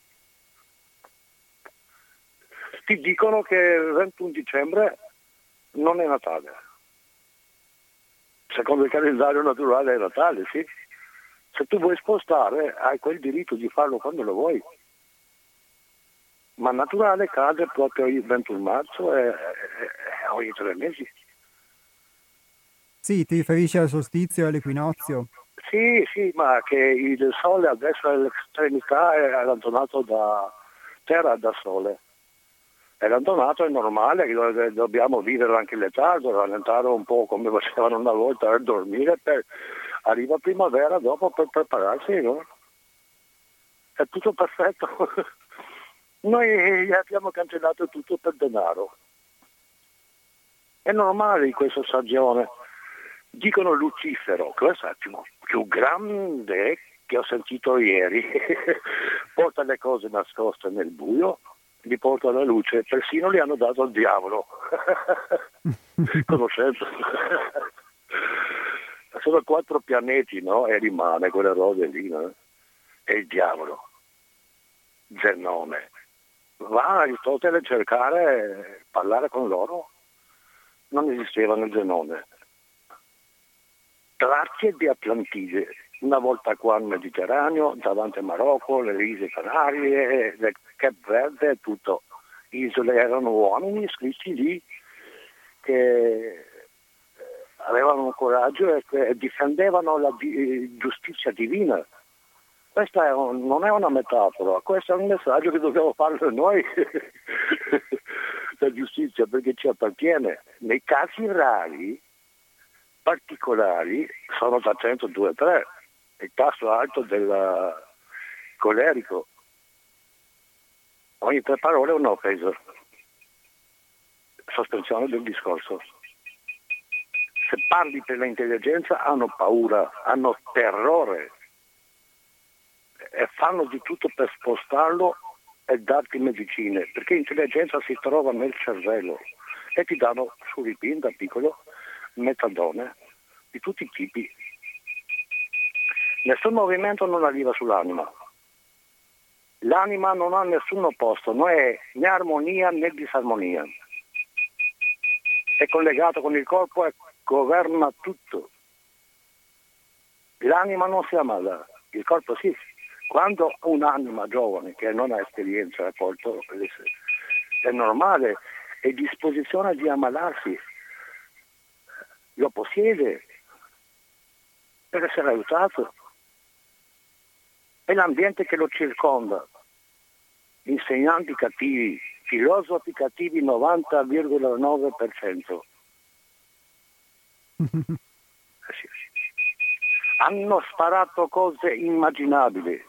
Ti dicono che il ventuno dicembre non è Natale. Secondo il calendario naturale è Natale, sì. Se tu vuoi spostare hai quel diritto di farlo quando lo vuoi. Ma naturale cade proprio il ventuno marzo e, e, e ogni tre mesi. Sì, ti riferisci al solstizio e all'equinozio? Sì, sì, ma che il sole adesso all'estremità è allontanato da terra da sole. È allontanato, è normale, che dobbiamo vivere anche il letargo, rallentare un po' come facevano una volta per dormire, per... arriva primavera dopo per prepararsi, no? È tutto perfetto. Noi abbiamo cancellato tutto per denaro. È normale in questa stagione. Dicono Lucifero, questo è il più, più grande che ho sentito ieri. Porta le cose nascoste nel buio, li porta alla luce, persino li hanno dato al diavolo. Conoscenza. Sono quattro pianeti, no? E rimane quelle robe lì, no? E il diavolo. Zenone. Va a Aristotele a cercare, parlare con loro. Non esisteva nel Zenone. Tracce di Atlantide, una volta qua al Mediterraneo, davanti al Marocco, le isole Canarie, le Cape Verde, tutto. Isole erano uomini scritti lì che avevano coraggio e che difendevano la di- giustizia divina. Questa è un, non è una metafora, questo è un messaggio che dobbiamo fare noi, la giustizia, perché ci appartiene. Nei casi rari, particolari, sono da centodue a tre, il tasso alto del colerico. Ogni tre parole è un'offesa. Sospensione del discorso. Se parli per l'intelligenza hanno paura, hanno terrore e fanno di tutto per spostarlo e darti medicine, perché l'intelligenza si trova nel cervello e ti danno suripin da piccolo, metadone di tutti i tipi. Nessun movimento non arriva sull'anima. L'anima non ha nessun opposto, non è né armonia né disarmonia. È collegato con il corpo e governa tutto. L'anima non si ammala, il corpo sì. Quando un'anima giovane che non ha esperienza è, porto, è normale, è in disposizione di ammalarsi, lo possiede per essere aiutato. È l'ambiente che lo circonda, insegnanti cattivi, filosofi cattivi novanta virgola nove per cento. Hanno sparato cose immaginabili.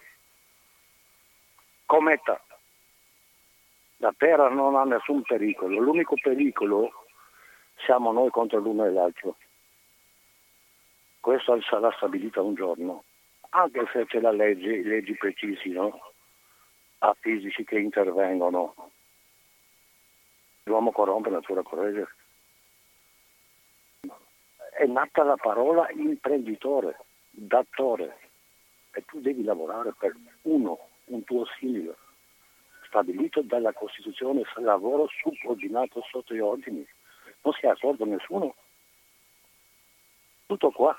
Cometa. La Terra non ha nessun pericolo, l'unico pericolo siamo noi contro l'uno e l'altro. Questo sarà stabilito un giorno, anche se c'è la legge, leggi precisi, no? A fisici che intervengono. L'uomo corrompe, la natura corregge. È nata la parola imprenditore, datore, e tu devi lavorare per uno, un tuo simile, stabilito dalla Costituzione, lavoro subordinato sotto gli ordini. Non si è accorto nessuno. Tutto qua.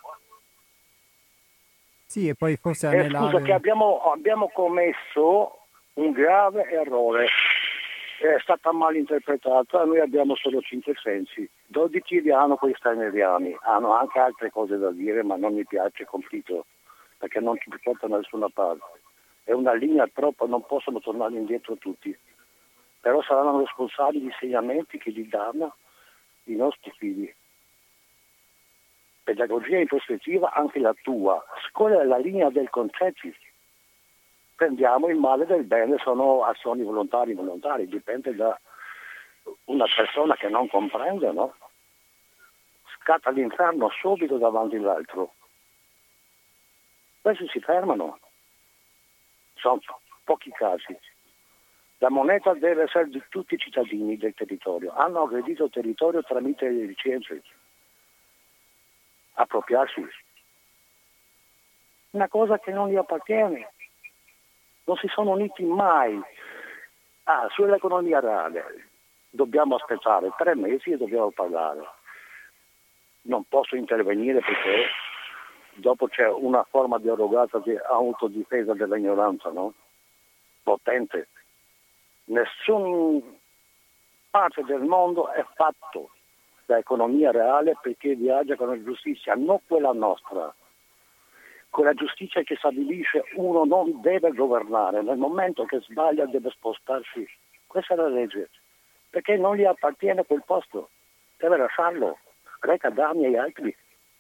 Sì, e poi forse E anelare... scusa che abbiamo, abbiamo commesso un grave errore. È stata mal interpretata, noi abbiamo solo cinque sensi. dodici li hanno quei steineriani, hanno anche altre cose da dire, ma non mi piace conflitto, perché non ci porta da nessuna parte. È una linea troppo, non possono tornare indietro tutti. Però saranno responsabili gli insegnamenti che gli danno i nostri figli. Pedagogia in prospettiva anche la tua. Qual è la linea del concetto? Prendiamo il male del bene, sono azioni volontarie volontari, dipende da una persona che non comprende, no? Scatta all'inferno subito davanti all'altro. Questi si fermano. Sono pochi casi. La moneta deve essere di tutti i cittadini del territorio. Hanno aggredito il territorio tramite le licenze. Appropriarsi. Una cosa che non gli appartiene. Non si sono uniti mai. Ah, sull'economia reale dobbiamo aspettare tre mesi e dobbiamo parlare. Non posso intervenire perché dopo c'è una forma di arrogata di autodifesa dell'ignoranza, no? Potente. Nessuna parte del mondo è fatto da economia reale perché viaggia con la giustizia, non quella nostra. Quella giustizia che stabilisce uno non deve governare, nel momento che sbaglia deve spostarsi. Questa è la legge, perché non gli appartiene quel posto, deve lasciarlo, reca danni agli altri.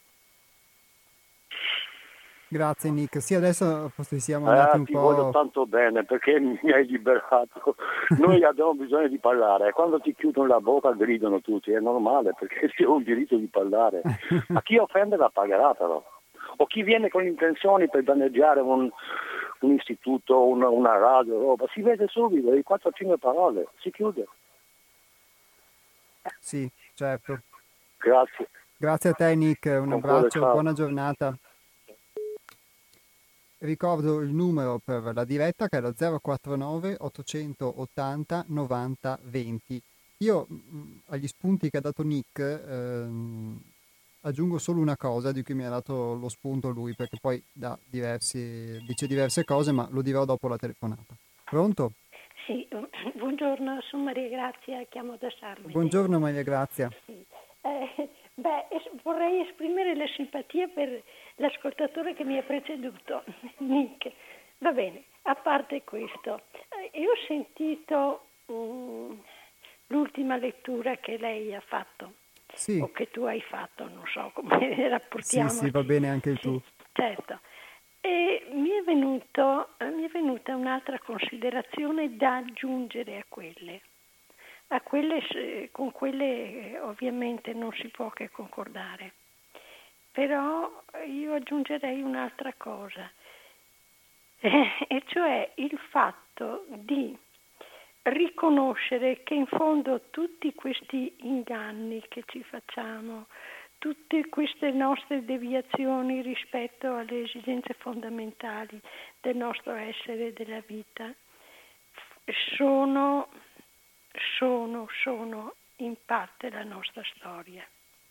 Grazie Nick, sì adesso forse siamo andati Eh, un ti po'... voglio tanto bene perché mi hai liberato. Noi abbiamo bisogno di parlare e quando ti chiudono la bocca gridano tutti, è normale perché si ha un diritto di parlare. Ma chi offende la pagherà però. O chi viene con intenzioni per danneggiare un, un istituto, una, una radio, roba, si vede subito, di quattro o cinque parole, si chiude. Sì, certo. Grazie. Grazie a te Nick, un Con cuore, abbraccio, ciao. buona giornata. Ricordo il numero per la diretta che è lo zero quattro nove ottocentottanta novanta venti. Io mh, agli spunti che ha dato Nick ehm, aggiungo solo una cosa di cui mi ha dato lo spunto lui, perché poi da diversi, dice diverse cose, ma lo dirò dopo la telefonata. Pronto? Sì, buongiorno, sono Maria Grazia, chiamo da Sarmede. Buongiorno Maria Grazia. Sì. Eh, beh, es- vorrei esprimere la simpatia per l'ascoltatore che mi ha preceduto, Nick. Va bene, a parte questo, eh, io ho sentito mm, l'ultima lettura che lei ha fatto, Sì, o che tu hai fatto, non so come sì, rapportiamoci. sì, va bene anche il Sì, tu. certo. E mi è venuto, eh, mi è venuta un'altra considerazione da aggiungere a quelle. A quelle s- con quelle eh, ovviamente non si può che concordare. Però io aggiungerei un'altra cosa, eh, e cioè il fatto di riconoscere che in fondo tutti questi inganni che ci facciamo, tutte queste nostre deviazioni rispetto alle esigenze fondamentali del nostro essere e della vita sono, sono, sono in parte la nostra storia.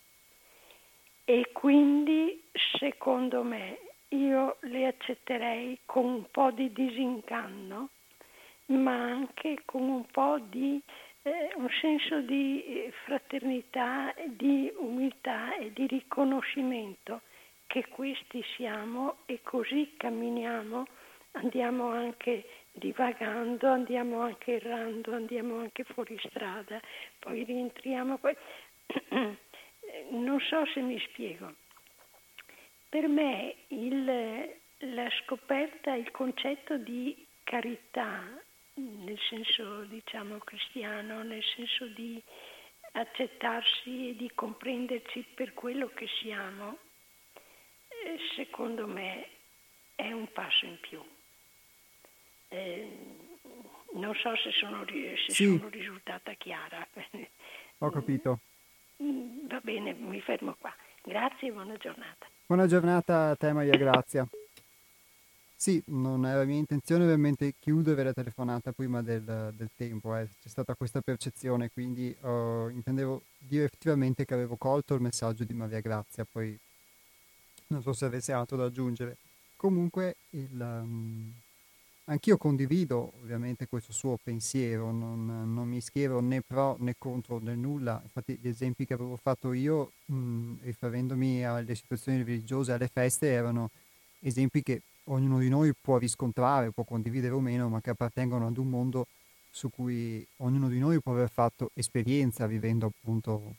E quindi, secondo me, io le accetterei con un po' di disinganno, ma anche con un po' di eh, un senso di eh, fraternità, di umiltà e di riconoscimento che questi siamo e così camminiamo, andiamo anche divagando, andiamo anche errando, andiamo anche fuori strada, poi rientriamo, poi... Non so se mi spiego. Per me il, la scoperta, il concetto di carità, nel senso diciamo cristiano, nel senso di accettarsi e di comprenderci per quello che siamo, eh, secondo me è un passo in più. Eh, non so se sono, se Sì. sono risultata chiara. Ho capito. Va bene, mi fermo qua. Grazie e buona giornata. Buona giornata a te Maria Grazia. Sì, non era mia intenzione ovviamente chiudere la telefonata prima del, del tempo, eh. C'è stata questa percezione, quindi uh, intendevo dire effettivamente che avevo colto il messaggio di Maria Grazia, poi non so se avesse altro da aggiungere. Comunque il, um, anch'io condivido ovviamente questo suo pensiero, non, non mi schiero né pro né contro né nulla. Infatti gli esempi che avevo fatto io, mh, riferendomi alle situazioni religiose, alle feste, erano esempi che ognuno di noi può riscontrare, può condividere o meno, ma che appartengono ad un mondo su cui ognuno di noi può aver fatto esperienza vivendo appunto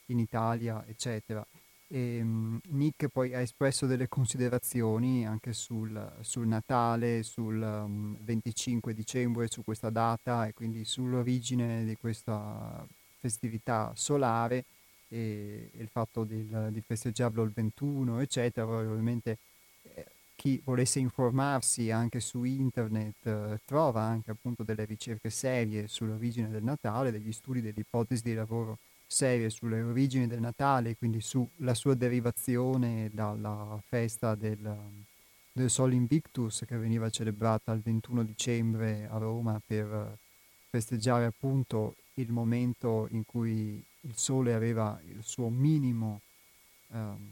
in Italia, eccetera. E, um, Nick poi ha espresso delle considerazioni anche sul, sul Natale, sul um, venticinque dicembre, su questa data e quindi sull'origine di questa festività solare e, e il fatto del, di festeggiarlo il ventuno, eccetera. Poi, ovviamente eh, chi volesse informarsi anche su internet eh, trova anche appunto delle ricerche serie sull'origine del Natale, degli studi, delle ipotesi di lavoro serie sulle origini del Natale, quindi sulla sua derivazione dalla festa del, del Sol Invictus che veniva celebrata il ventuno dicembre a Roma per festeggiare appunto il momento in cui il Sole aveva il suo minimo, um,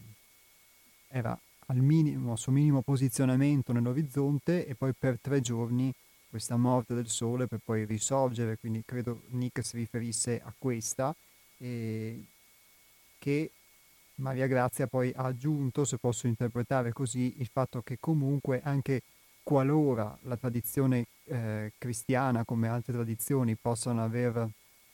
era al minimo, il suo minimo posizionamento nell'orizzonte e poi per tre giorni questa morte del Sole per poi risorgere, quindi credo Nick si riferisse a questa, e che Maria Grazia poi ha aggiunto, se posso interpretare così, il fatto che comunque anche qualora la tradizione eh, cristiana come altre tradizioni possano aver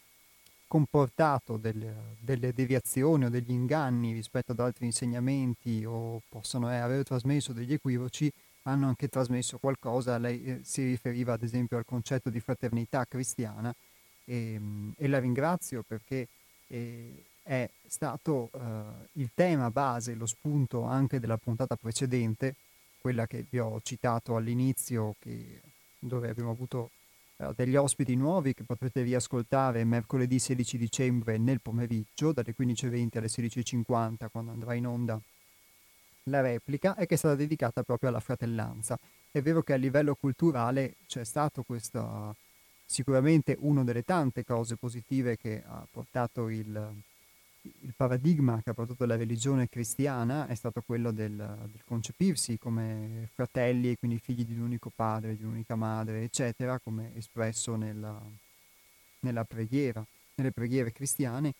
comportato delle, delle deviazioni o degli inganni rispetto ad altri insegnamenti o possono eh, aver trasmesso degli equivoci, hanno anche trasmesso qualcosa. Lei eh, si riferiva ad esempio al concetto di fraternità cristiana e, e la ringrazio perché eh, è stato eh, il tema base, lo spunto anche della puntata precedente, quella che vi ho citato all'inizio, che, dove abbiamo avuto eh, degli ospiti nuovi che potrete riascoltare mercoledì sedici dicembre nel pomeriggio, dalle quindici e venti alle sedici e cinquanta, quando andrà in onda la replica, e che è stata dedicata proprio alla fratellanza. È vero che a livello culturale c'è stato questo, sicuramente una delle tante cose positive che ha portato il, il paradigma che ha portato la religione cristiana è stato quello del, del concepirsi come fratelli e quindi figli di un unico padre, di un'unica madre, eccetera, come espresso nella, nella preghiera, nelle preghiere cristiane.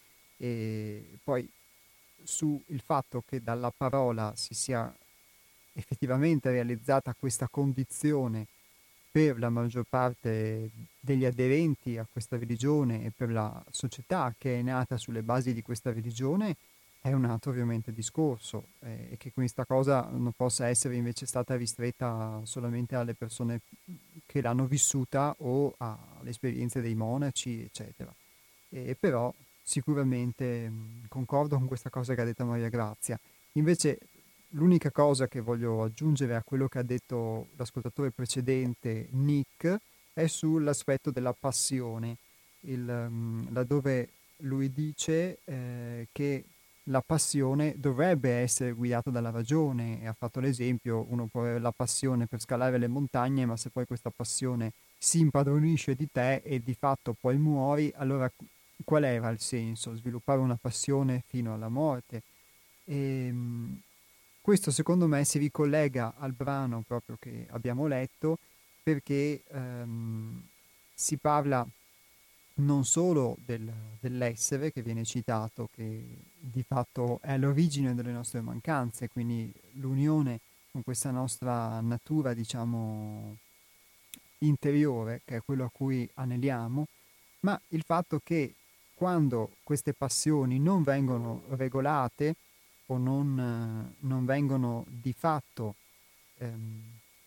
E poi sul fatto che dalla parola si sia effettivamente realizzata questa condizione per la maggior parte degli aderenti a questa religione e per la società che è nata sulle basi di questa religione, è un altro ovviamente discorso, eh, e che questa cosa non possa essere invece stata ristretta solamente alle persone che l'hanno vissuta o alle esperienze dei monaci, eccetera. E però sicuramente mh, concordo con questa cosa che ha detto Maria Grazia. Invece l'unica cosa che voglio aggiungere a quello che ha detto l'ascoltatore precedente, Nick, è sull'aspetto della passione, il, um, laddove lui dice eh, che la passione dovrebbe essere guidata dalla ragione, e ha fatto l'esempio: uno può avere la passione per scalare le montagne, ma se poi questa passione si impadronisce di te e di fatto poi muori, allora qual era il senso? Sviluppare una passione fino alla morte? E, questo secondo me si ricollega al brano proprio che abbiamo letto, perché ehm, si parla non solo del, dell'essere che viene citato, che di fatto è l'origine delle nostre mancanze, quindi l'unione con questa nostra natura, diciamo, interiore, che è quello a cui aneliamo, ma il fatto che quando queste passioni non vengono regolate o non, eh, non vengono di fatto, ehm,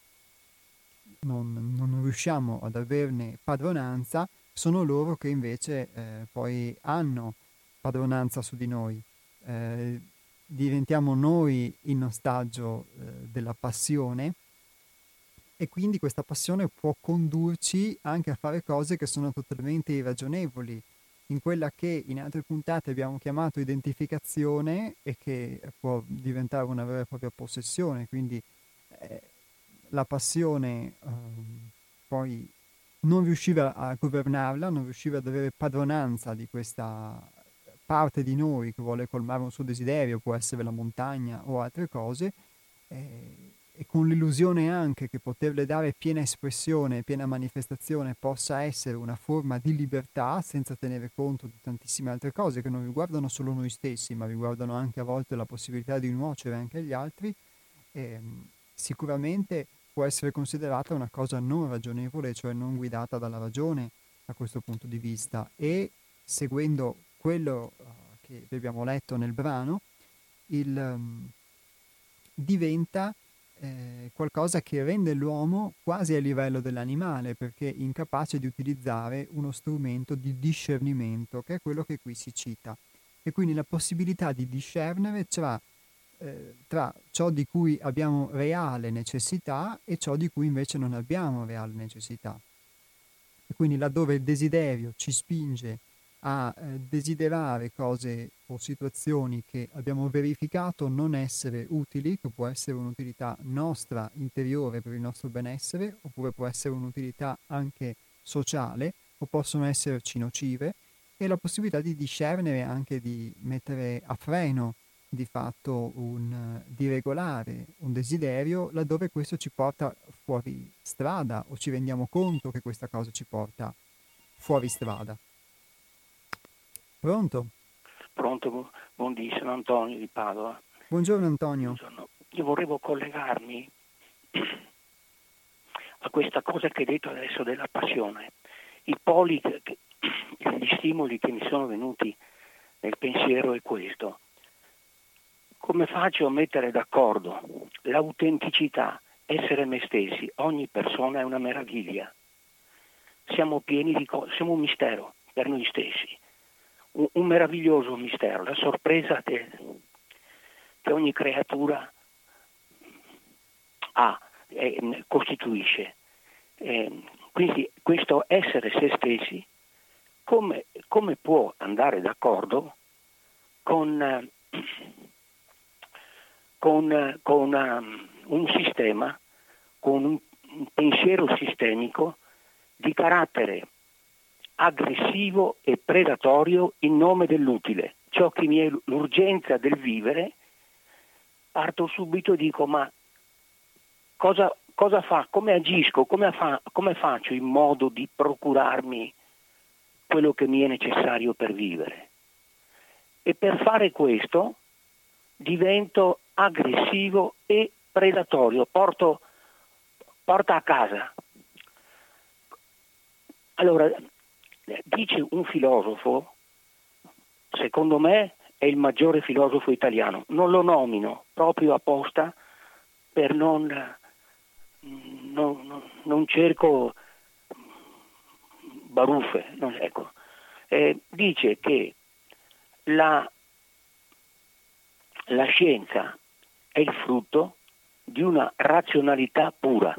non, non riusciamo ad averne padronanza, sono loro che invece eh, poi hanno padronanza su di noi. Eh, diventiamo noi in ostaggio eh, della passione, e quindi questa passione può condurci anche a fare cose che sono totalmente irragionevoli, in quella che in altre puntate abbiamo chiamato identificazione e che può diventare una vera e propria possessione. Quindi eh, la passione eh, poi non riuscire a governarla, non riuscire ad avere padronanza di questa parte di noi che vuole colmare un suo desiderio, può essere la montagna o altre cose, eh, e con l'illusione anche che poterle dare piena espressione, piena manifestazione possa essere una forma di libertà, senza tenere conto di tantissime altre cose che non riguardano solo noi stessi, ma riguardano anche a volte la possibilità di nuocere anche agli altri, eh, sicuramente può essere considerata una cosa non ragionevole, cioè non guidata dalla ragione a questo punto di vista. E seguendo quello uh, che che abbiamo letto nel brano, il, um, diventa eh, qualcosa che rende l'uomo quasi a livello dell'animale, perché incapace di utilizzare uno strumento di discernimento, che è quello che qui si cita. E quindi la possibilità di discernere tra, eh, tra ciò di cui abbiamo reale necessità e ciò di cui invece non abbiamo reale necessità. E quindi laddove il desiderio ci spinge a eh, desiderare cose o situazioni che abbiamo verificato non essere utili, che può essere un'utilità nostra interiore per il nostro benessere, oppure può essere un'utilità anche sociale, o possono esserci nocive, e la possibilità di discernere, anche di mettere a freno di fatto un, di regolare un desiderio laddove questo ci porta fuori strada o ci rendiamo conto che questa cosa ci porta fuori strada. Pronto? Pronto, buondì, sono Antonio di Padova. Buongiorno Antonio. Buongiorno. Io volevo collegarmi a questa cosa che hai detto adesso della passione. I poli, che, gli stimoli che mi sono venuti nel pensiero è questo. Come faccio a mettere d'accordo l'autenticità, essere me stessi? Ogni persona è una meraviglia. Siamo pieni di cose, siamo un mistero per noi stessi. Un, un meraviglioso mistero, la sorpresa che, che ogni creatura ha, eh, costituisce. Eh, quindi questo essere se stessi, come, come può andare d'accordo con, eh, con, con um, un sistema, con un, un pensiero sistemico di carattere aggressivo e predatorio in nome dell'utile. Ciò che mi è l'urgenza del vivere, parto subito e dico: ma cosa, cosa fa, come agisco, come, fa, come faccio in modo di procurarmi quello che mi è necessario per vivere? E per fare questo divento aggressivo e predatorio, porto, porta a casa. Allora, dice un filosofo, secondo me è il maggiore filosofo italiano, non lo nomino proprio apposta per non, non, non cerco baruffe, non, ecco. Eh, dice che la, la scienza è il frutto di una razionalità pura,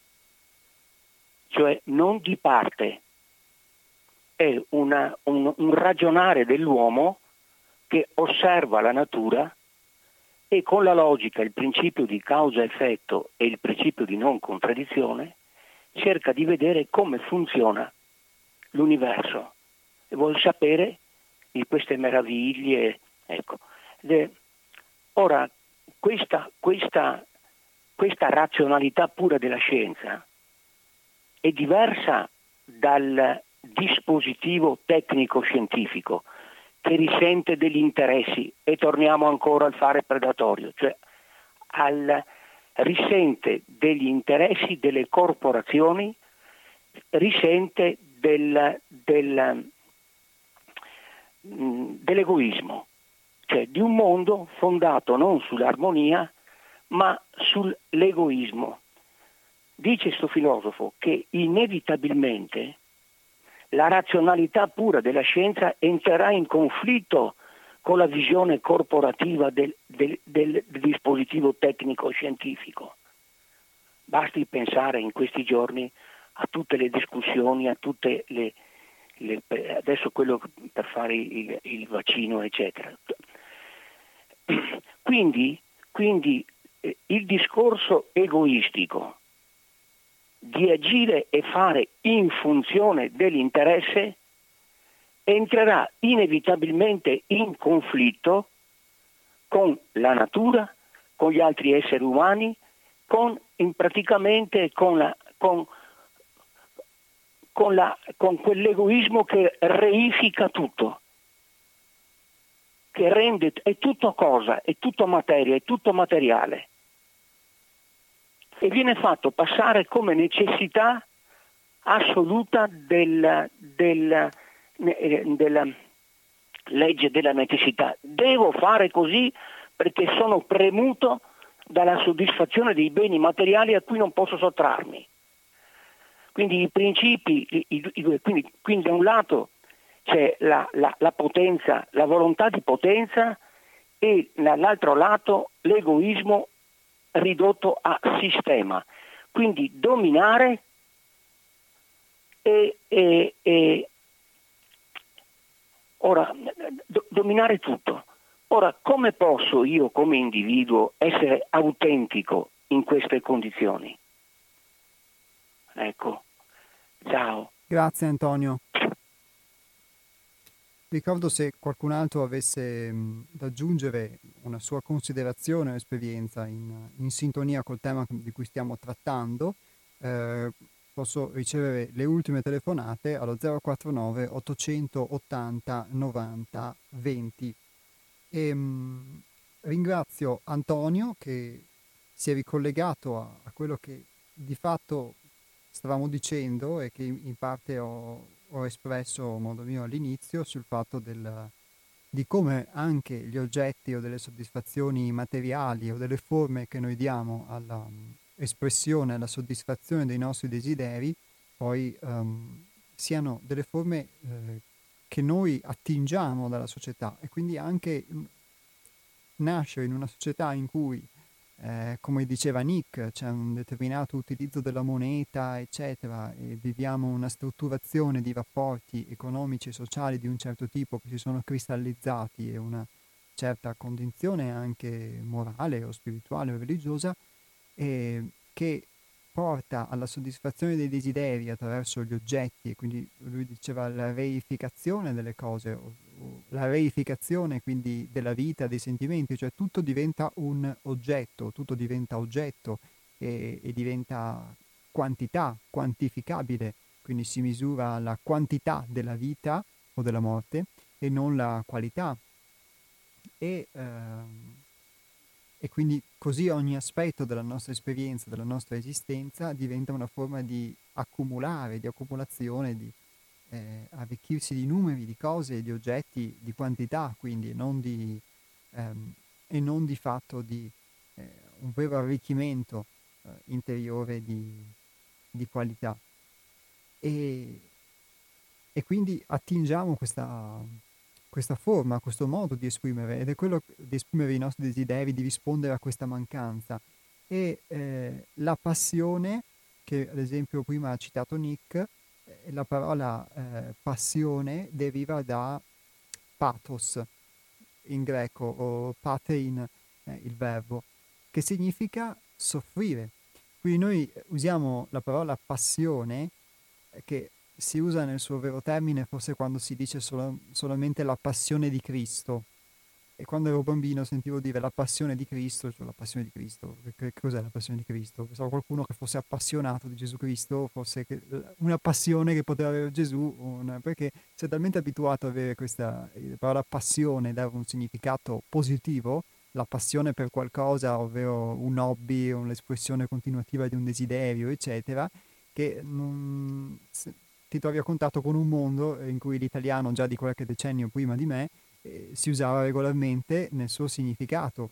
cioè non di parte. È una, un, un ragionare dell'uomo che osserva la natura e con la logica, il principio di causa-effetto e il principio di non contraddizione cerca di vedere come funziona l'universo e vuole sapere di queste meraviglie. Ecco. De, ora, questa, questa, questa razionalità pura della scienza è diversa dal dispositivo tecnico-scientifico che risente degli interessi, e torniamo ancora al fare predatorio, cioè al, risente degli interessi delle corporazioni, risente del, del, dell'egoismo, cioè di un mondo fondato non sull'armonia ma sull'egoismo. Dice sto filosofo che inevitabilmente la razionalità pura della scienza entrerà in conflitto con la visione corporativa del, del, del, del dispositivo tecnico-scientifico. Basti pensare in questi giorni a tutte le discussioni, a tutte le, le adesso quello per fare il, il vaccino, eccetera. Quindi, quindi eh, il discorso egoistico di agire e fare in funzione dell'interesse entrerà inevitabilmente in conflitto con la natura, con gli altri esseri umani, con in praticamente con la con, con, la, con quell'egoismo che reifica tutto, che rende, è tutto cosa, è tutto materia, è tutto materiale. E viene fatto passare come necessità assoluta del, del, del, legge della necessità. Devo fare così perché sono premuto dalla soddisfazione dei beni materiali a cui non posso sottrarmi. Quindi i principi, i, i, i, quindi, quindi da un lato c'è la, la, la potenza, la volontà di potenza, e dall'altro lato l'egoismo ridotto a sistema. Quindi dominare e, e, e ora do, dominare tutto. Ora, come posso io come individuo essere autentico in queste condizioni? Ecco, ciao. Grazie Antonio. Ricordo, se qualcun altro avesse mh, da aggiungere una sua considerazione o esperienza in, in sintonia col tema di cui stiamo trattando, eh, posso ricevere le ultime telefonate allo zero quattro nove ottocentottanta novanta venti. E, mh, ringrazio Antonio che si è ricollegato a, a quello che di fatto stavamo dicendo e che in parte ho, ho espresso a modo mio all'inizio, sul fatto del, di come anche gli oggetti o delle soddisfazioni materiali o delle forme che noi diamo alla espressione, alla soddisfazione dei nostri desideri, poi um, siano delle forme eh, che noi attingiamo dalla società, e quindi anche nascere in una società in cui Eh, come diceva Nick, c'è un determinato utilizzo della moneta, eccetera, e viviamo una strutturazione di rapporti economici e sociali di un certo tipo che si sono cristallizzati, e una certa condizione anche morale o spirituale o religiosa, eh, che porta alla soddisfazione dei desideri attraverso gli oggetti, e quindi lui diceva la reificazione delle cose, o, o la reificazione quindi della vita, dei sentimenti, cioè tutto diventa un oggetto, tutto diventa oggetto e, e diventa quantità, quantificabile, quindi si misura la quantità della vita o della morte e non la qualità. E ehm, E quindi così ogni aspetto della nostra esperienza, della nostra esistenza diventa una forma di accumulare, di accumulazione, di eh, arricchirsi di numeri, di cose, di oggetti, di quantità, quindi e non di, ehm, e non di fatto di eh, un vero arricchimento eh, interiore di, di qualità. E, e quindi attingiamo questa... questa forma, questo modo di esprimere, ed è quello di esprimere i nostri desideri, di rispondere a questa mancanza. E eh, la passione, che ad esempio prima ha citato Nick, eh, la parola eh, passione deriva da pathos in greco, o patein, eh, il verbo, che significa soffrire. Quindi noi usiamo la parola passione, eh, che si usa nel suo vero termine forse quando si dice solo, solamente la passione di Cristo. E quando ero bambino sentivo dire la passione di Cristo, cioè la passione di Cristo. Che, che cos'è la passione di Cristo? Pensavo qualcuno che fosse appassionato di Gesù Cristo, fosse che, una passione che poteva avere Gesù, una, perché si è talmente abituato ad avere questa la parola passione, dare un significato positivo, la passione per qualcosa, ovvero un hobby, un'espressione continuativa di un desiderio, eccetera, che non... Se, ti trovi a contatto con un mondo in cui l'italiano già di qualche decennio prima di me eh, si usava regolarmente nel suo significato.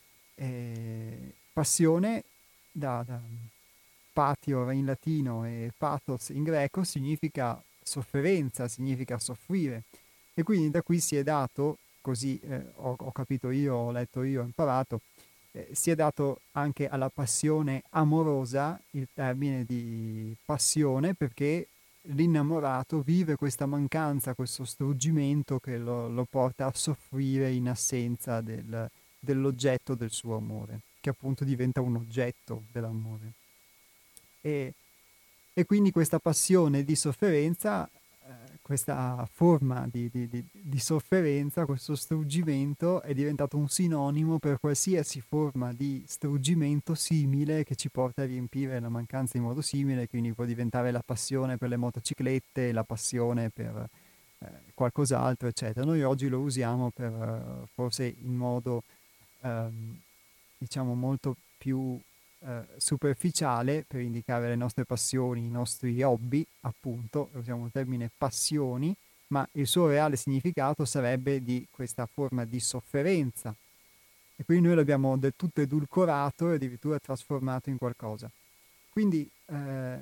Eh, passione, da, da patio in latino e pathos in greco, significa sofferenza, significa soffrire. E quindi da qui si è dato, così eh, ho, ho capito io, ho letto io, ho imparato, eh, si è dato anche alla passione amorosa il termine di passione, perché l'innamorato vive questa mancanza, questo struggimento che lo, lo porta a soffrire in assenza del, dell'oggetto del suo amore, che appunto diventa un oggetto dell'amore. E, e quindi questa passione di sofferenza, eh, questa forma di, di, di, di sofferenza, questo struggimento è diventato un sinonimo per qualsiasi forma di struggimento simile che ci porta a riempire la mancanza in modo simile, quindi può diventare la passione per le motociclette, la passione per eh, qualcos'altro, eccetera. Noi oggi lo usiamo per uh, forse in modo ehm, diciamo molto più eh, superficiale per indicare le nostre passioni, i nostri hobby, appunto, usiamo il termine passioni, ma il suo reale significato sarebbe di questa forma di sofferenza. E quindi noi l'abbiamo del tutto edulcorato e addirittura trasformato in qualcosa. Quindi eh,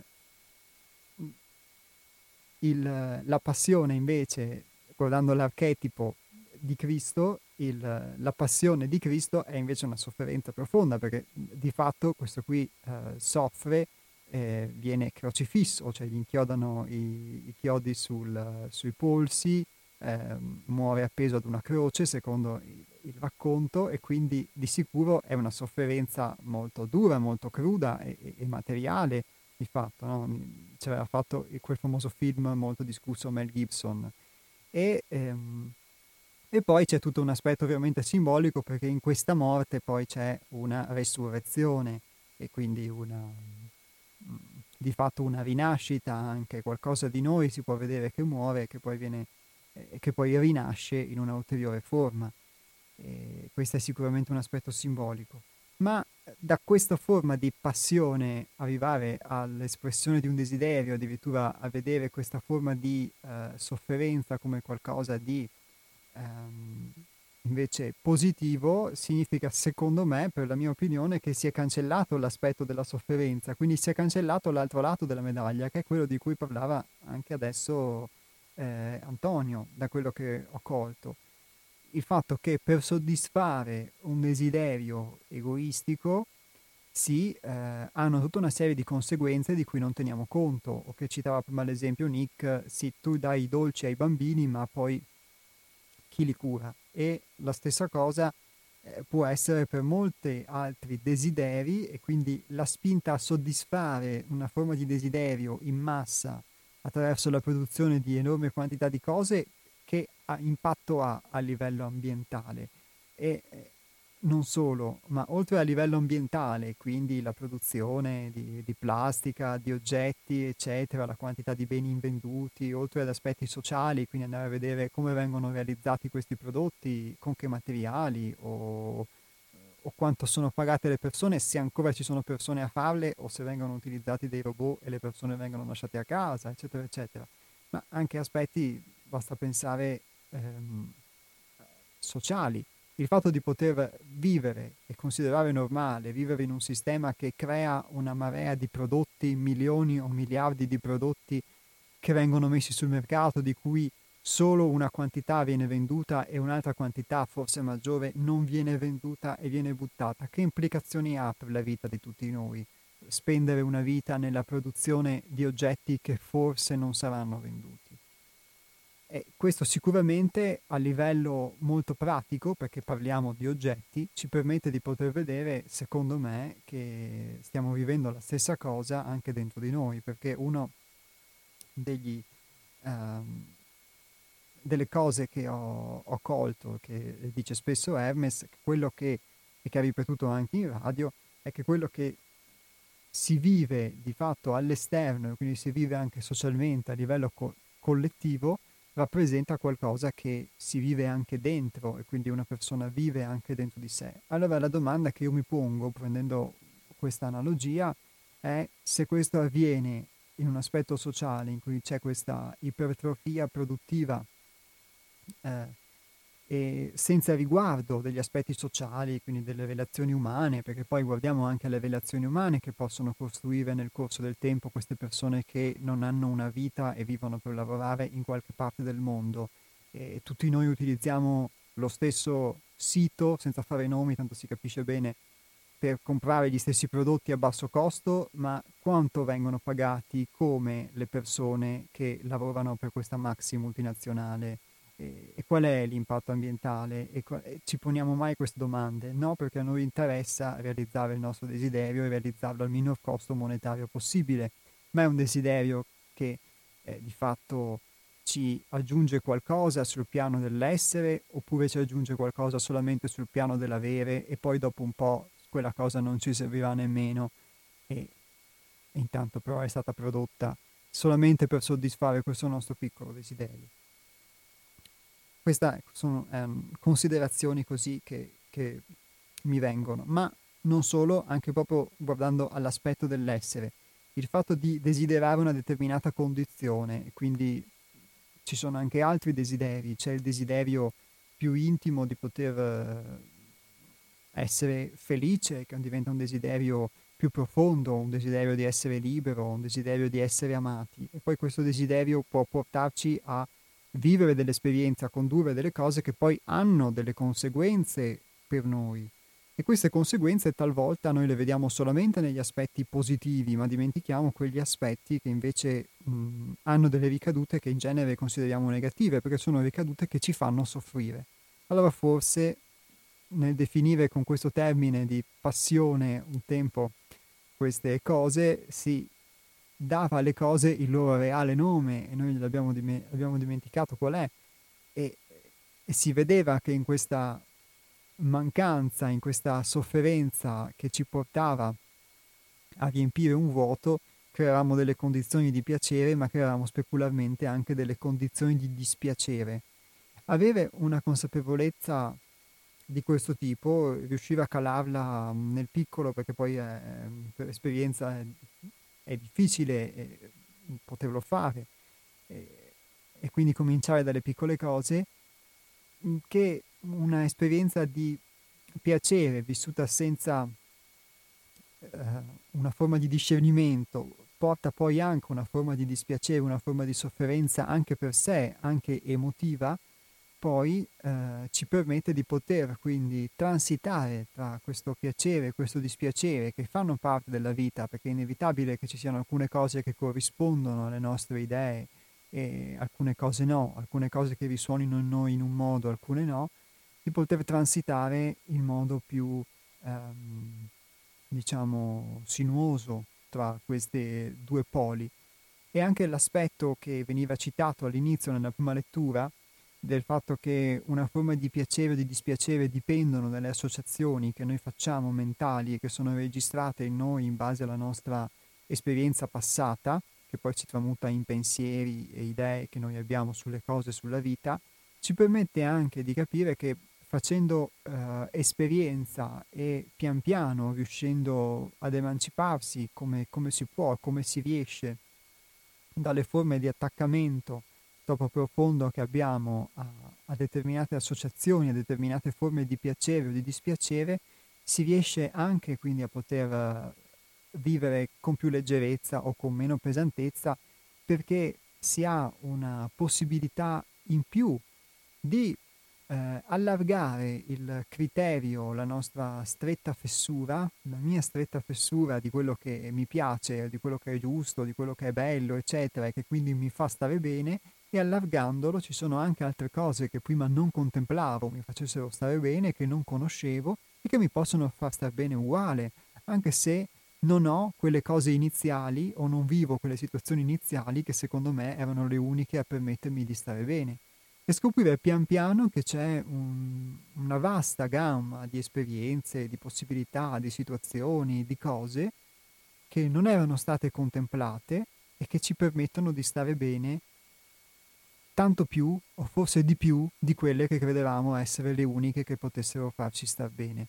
il, la passione invece, guardando l'archetipo di Cristo, il, la passione di Cristo è invece una sofferenza profonda, perché di fatto questo qui eh, soffre, eh, viene crocifisso, cioè gli inchiodano i, i chiodi sul, sui polsi, eh, muore appeso ad una croce secondo il, il racconto, e quindi di sicuro è una sofferenza molto dura, molto cruda e, e, e materiale, di fatto, no? C'era fatto quel famoso film molto discusso Mel Gibson. E, ehm, e poi c'è tutto un aspetto veramente simbolico, perché in questa morte poi c'è una resurrezione e quindi una, di fatto una rinascita, anche qualcosa di noi si può vedere che muore, che poi viene, eh, che poi rinasce in una ulteriore forma. E questo è sicuramente un aspetto simbolico. Ma da questa forma di passione arrivare all'espressione di un desiderio, addirittura a vedere questa forma di eh, sofferenza come qualcosa di ehm, invece positivo, significa, secondo me, per la mia opinione, che si è cancellato l'aspetto della sofferenza, quindi si è cancellato l'altro lato della medaglia, che è quello di cui parlava anche adesso eh, Antonio, da quello che ho colto. Il fatto che per soddisfare un desiderio egoistico si eh, hanno tutta una serie di conseguenze di cui non teniamo conto, o che citava prima l'esempio Nick, sì, tu dai i dolci ai bambini, ma poi chi li cura? E la stessa cosa eh, può essere per molti altri desideri, e quindi la spinta a soddisfare una forma di desiderio in massa attraverso la produzione di enorme quantità di cose, che ha impatto ha a livello ambientale. E eh, non solo, ma oltre a livello ambientale, quindi la produzione di, di plastica, di oggetti, eccetera, la quantità di beni invenduti, oltre ad aspetti sociali, quindi andare a vedere come vengono realizzati questi prodotti, con che materiali, o, o quanto sono pagate le persone, se ancora ci sono persone a farle, o se vengono utilizzati dei robot e le persone vengono lasciate a casa, eccetera, eccetera. Ma anche aspetti, basta pensare, ehm, sociali. Il fatto di poter vivere e considerare normale vivere in un sistema che crea una marea di prodotti, milioni o miliardi di prodotti che vengono messi sul mercato, di cui solo una quantità viene venduta e un'altra quantità, forse maggiore, non viene venduta e viene buttata. Che implicazioni ha per la vita di tutti noi spendere una vita nella produzione di oggetti che forse non saranno venduti? E questo sicuramente a livello molto pratico, perché parliamo di oggetti, ci permette di poter vedere, secondo me, che stiamo vivendo la stessa cosa anche dentro di noi, perché uno degli, um, delle cose che ho, ho colto, che dice spesso Hermes, quello che, e che ha ripetuto anche in radio, è che quello che si vive di fatto all'esterno, e quindi si vive anche socialmente a livello co- collettivo, rappresenta qualcosa che si vive anche dentro, e quindi una persona vive anche dentro di sé. Allora la domanda che io mi pongo, prendendo questa analogia, è se questo avviene in un aspetto sociale in cui c'è questa ipertrofia produttiva eh, e senza riguardo degli aspetti sociali, quindi delle relazioni umane, perché poi guardiamo anche alle relazioni umane che possono costruire nel corso del tempo queste persone che non hanno una vita e vivono per lavorare in qualche parte del mondo. E tutti noi utilizziamo lo stesso sito, senza fare nomi, tanto si capisce bene, per comprare gli stessi prodotti a basso costo, ma quanto vengono pagati come le persone che lavorano per questa maxi multinazionale? E, e qual è l'impatto ambientale? E, qua, e ci poniamo mai queste domande? No, perché a noi interessa realizzare il nostro desiderio e realizzarlo al minor costo monetario possibile, ma è un desiderio che eh, di fatto ci aggiunge qualcosa sul piano dell'essere, oppure ci aggiunge qualcosa solamente sul piano dell'avere, e poi dopo un po' quella cosa non ci servirà nemmeno, e, e intanto però è stata prodotta solamente per soddisfare questo nostro piccolo desiderio. Queste sono um, considerazioni così che, che mi vengono, ma non solo, anche proprio guardando all'aspetto dell'essere. Il fatto di desiderare una determinata condizione, quindi ci sono anche altri desideri, c'è il desiderio più intimo di poter eh, essere felice, che diventa un desiderio più profondo, un desiderio di essere libero, un desiderio di essere amati, e poi questo desiderio può portarci a vivere delle esperienze, a condurre delle cose che poi hanno delle conseguenze per noi. E queste conseguenze talvolta noi le vediamo solamente negli aspetti positivi, ma dimentichiamo quegli aspetti che invece mh, hanno delle ricadute che in genere consideriamo negative, perché sono ricadute che ci fanno soffrire. Allora forse nel definire con questo termine di passione un tempo queste cose si dava alle cose il loro reale nome e noi l'abbiamo dim- abbiamo dimenticato qual è, e, e si vedeva che in questa mancanza, in questa sofferenza che ci portava a riempire un vuoto, creavamo delle condizioni di piacere, ma creavamo specularmente anche delle condizioni di dispiacere. Avere una consapevolezza di questo tipo, riuscire a calarla nel piccolo, perché poi è, per esperienza è, è difficile eh, poterlo fare, e, e quindi cominciare dalle piccole cose, che una esperienza di piacere vissuta senza eh, una forma di discernimento porta poi anche una forma di dispiacere, una forma di sofferenza anche per sé, anche emotiva, poi eh, ci permette di poter quindi transitare tra questo piacere e questo dispiacere che fanno parte della vita, perché è inevitabile che ci siano alcune cose che corrispondono alle nostre idee e alcune cose no, alcune cose che risuonino in noi in un modo, alcune no, di poter transitare in modo più, ehm, diciamo, sinuoso tra questi due poli. E anche l'aspetto che veniva citato all'inizio nella prima lettura, del fatto che una forma di piacere o di dispiacere dipendono dalle associazioni che noi facciamo mentali e che sono registrate in noi in base alla nostra esperienza passata, che poi si tramuta in pensieri e idee che noi abbiamo sulle cose, sulla vita, ci permette anche di capire che facendo eh, esperienza e pian piano riuscendo ad emanciparsi come, come si può, come si riesce dalle forme di attaccamento troppo profondo che abbiamo a, a determinate associazioni, a determinate forme di piacere o di dispiacere, si riesce anche quindi a poter uh, vivere con più leggerezza o con meno pesantezza, perché si ha una possibilità in più di eh, allargare il criterio, la nostra stretta fessura, la mia stretta fessura di quello che mi piace, di quello che è giusto, di quello che è bello, eccetera, e che quindi mi fa stare bene, e allargandolo ci sono anche altre cose che prima non contemplavo, mi facessero stare bene, che non conoscevo e che mi possono far stare bene uguale, anche se non ho quelle cose iniziali o non vivo quelle situazioni iniziali che secondo me erano le uniche a permettermi di stare bene. E scoprire pian piano che c'è un, una vasta gamma di esperienze, di possibilità, di situazioni, di cose che non erano state contemplate e che ci permettono di stare bene tanto più o forse di più di quelle che credevamo essere le uniche che potessero farci star bene.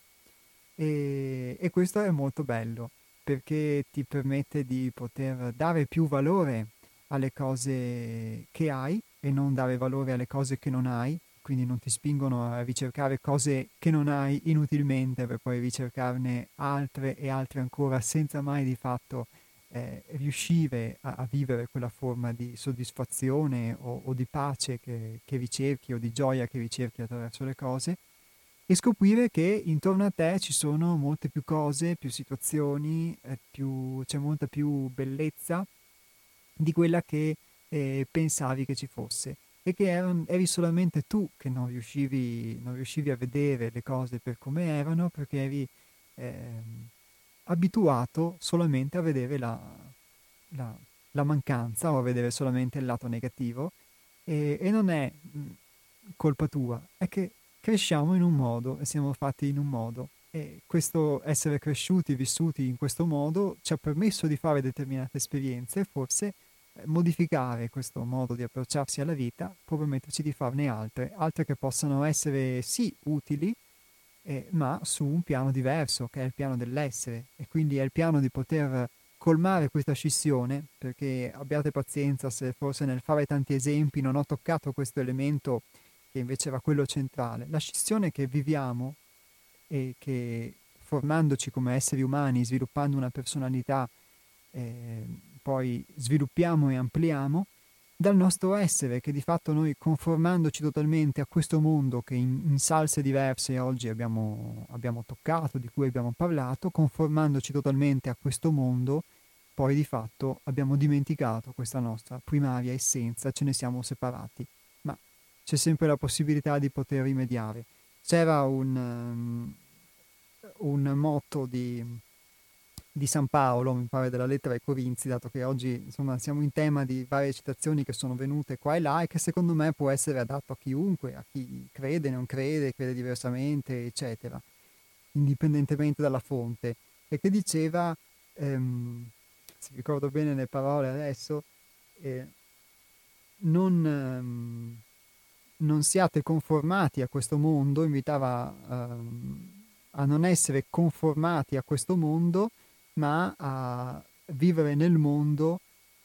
E, e questo è molto bello, perché ti permette di poter dare più valore alle cose che hai e non dare valore alle cose che non hai, quindi non ti spingono a ricercare cose che non hai inutilmente per poi ricercarne altre e altre ancora senza mai di fatto eh, riuscire a, a vivere quella forma di soddisfazione o, o di pace che, che ricerchi o di gioia che ricerchi attraverso le cose, e scoprire che intorno a te ci sono molte più cose, più situazioni, eh, più, c'è molta più bellezza di quella che eh, pensavi che ci fosse, e che eri, eri solamente tu che non riuscivi, non riuscivi a vedere le cose per come erano, perché eri eh, abituato solamente a vedere la, la, la mancanza o a vedere solamente il lato negativo, e, e non è mh, colpa tua, è che cresciamo in un modo e siamo fatti in un modo, e questo essere cresciuti, vissuti in questo modo ci ha permesso di fare determinate esperienze, e forse modificare questo modo di approcciarsi alla vita può permetterci di farne altre, altre che possano essere sì utili, eh, ma su un piano diverso, che è il piano dell'essere, e quindi è il piano di poter colmare questa scissione, perché abbiate pazienza se forse nel fare tanti esempi non ho toccato questo elemento che invece era quello centrale. La scissione che viviamo e che formandoci come esseri umani, sviluppando una personalità, eh, poi sviluppiamo e ampliamo, dal nostro essere, che di fatto noi conformandoci totalmente a questo mondo che in, in salse diverse oggi abbiamo, abbiamo toccato, di cui abbiamo parlato, conformandoci totalmente a questo mondo, poi di fatto abbiamo dimenticato questa nostra primaria essenza, ce ne siamo separati, ma c'è sempre la possibilità di poter rimediare. C'era un, um, un motto di... di San Paolo, mi pare della lettera ai Corinzi, dato che oggi insomma siamo in tema di varie citazioni che sono venute qua e là e che secondo me può essere adatto a chiunque, a chi crede, non crede, crede diversamente, eccetera, indipendentemente dalla fonte, e che diceva, ehm, se ricordo bene le parole adesso, eh, non, ehm, non siate conformati a questo mondo, invitava ehm, a non essere conformati a questo mondo, ma a vivere nel mondo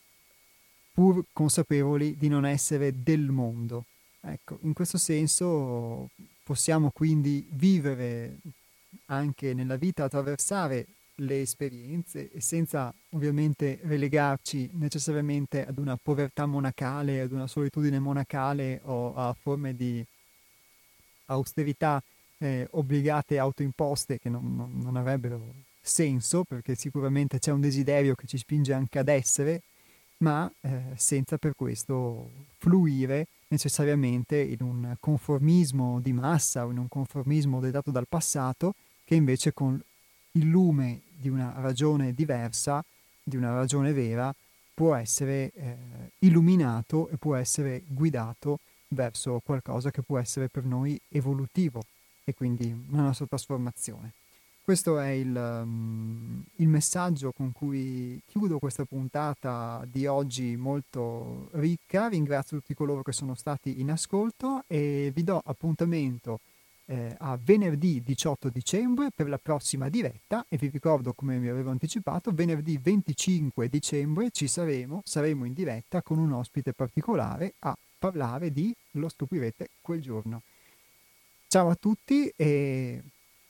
pur consapevoli di non essere del mondo. Ecco, in questo senso possiamo quindi vivere anche nella vita, attraversare le esperienze e senza ovviamente relegarci necessariamente ad una povertà monacale, ad una solitudine monacale o a forme di austerità eh, obbligate, autoimposte, che non, non, non avrebbero senso, perché sicuramente c'è un desiderio che ci spinge anche ad essere, ma eh, senza per questo fluire necessariamente in un conformismo di massa o in un conformismo dettato dal passato, che invece con il lume di una ragione diversa, di una ragione vera, può essere eh, illuminato e può essere guidato verso qualcosa che può essere per noi evolutivo e quindi una nostra trasformazione. Questo è il, um, il messaggio con cui chiudo questa puntata di oggi molto ricca. Ringrazio tutti coloro che sono stati in ascolto e vi do appuntamento eh, a venerdì diciotto dicembre per la prossima diretta e vi ricordo, come vi avevo anticipato, venerdì venticinque dicembre ci saremo, saremo in diretta con un ospite particolare a parlare di, lo scoprirete quel giorno. Ciao a tutti e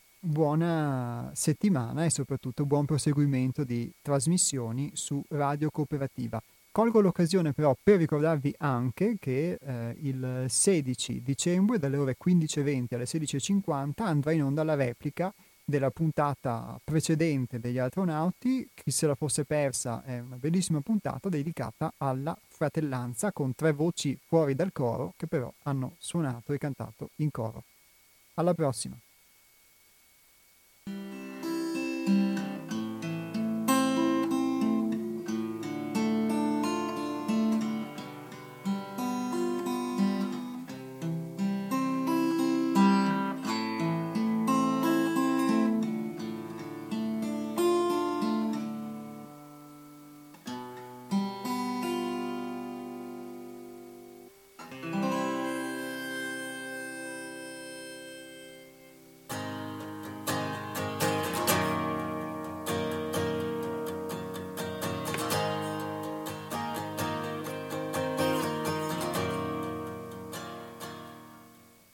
buona settimana e soprattutto buon proseguimento di trasmissioni su Radio Cooperativa. Colgo l'occasione però per ricordarvi anche che eh, il sedici dicembre dalle ore quindici e venti alle sedici e cinquanta andrà in onda la replica della puntata precedente degli Astronauti. Chi se la fosse persa, è una bellissima puntata dedicata alla fratellanza con tre voci fuori dal coro che però hanno suonato e cantato in coro. Alla prossima!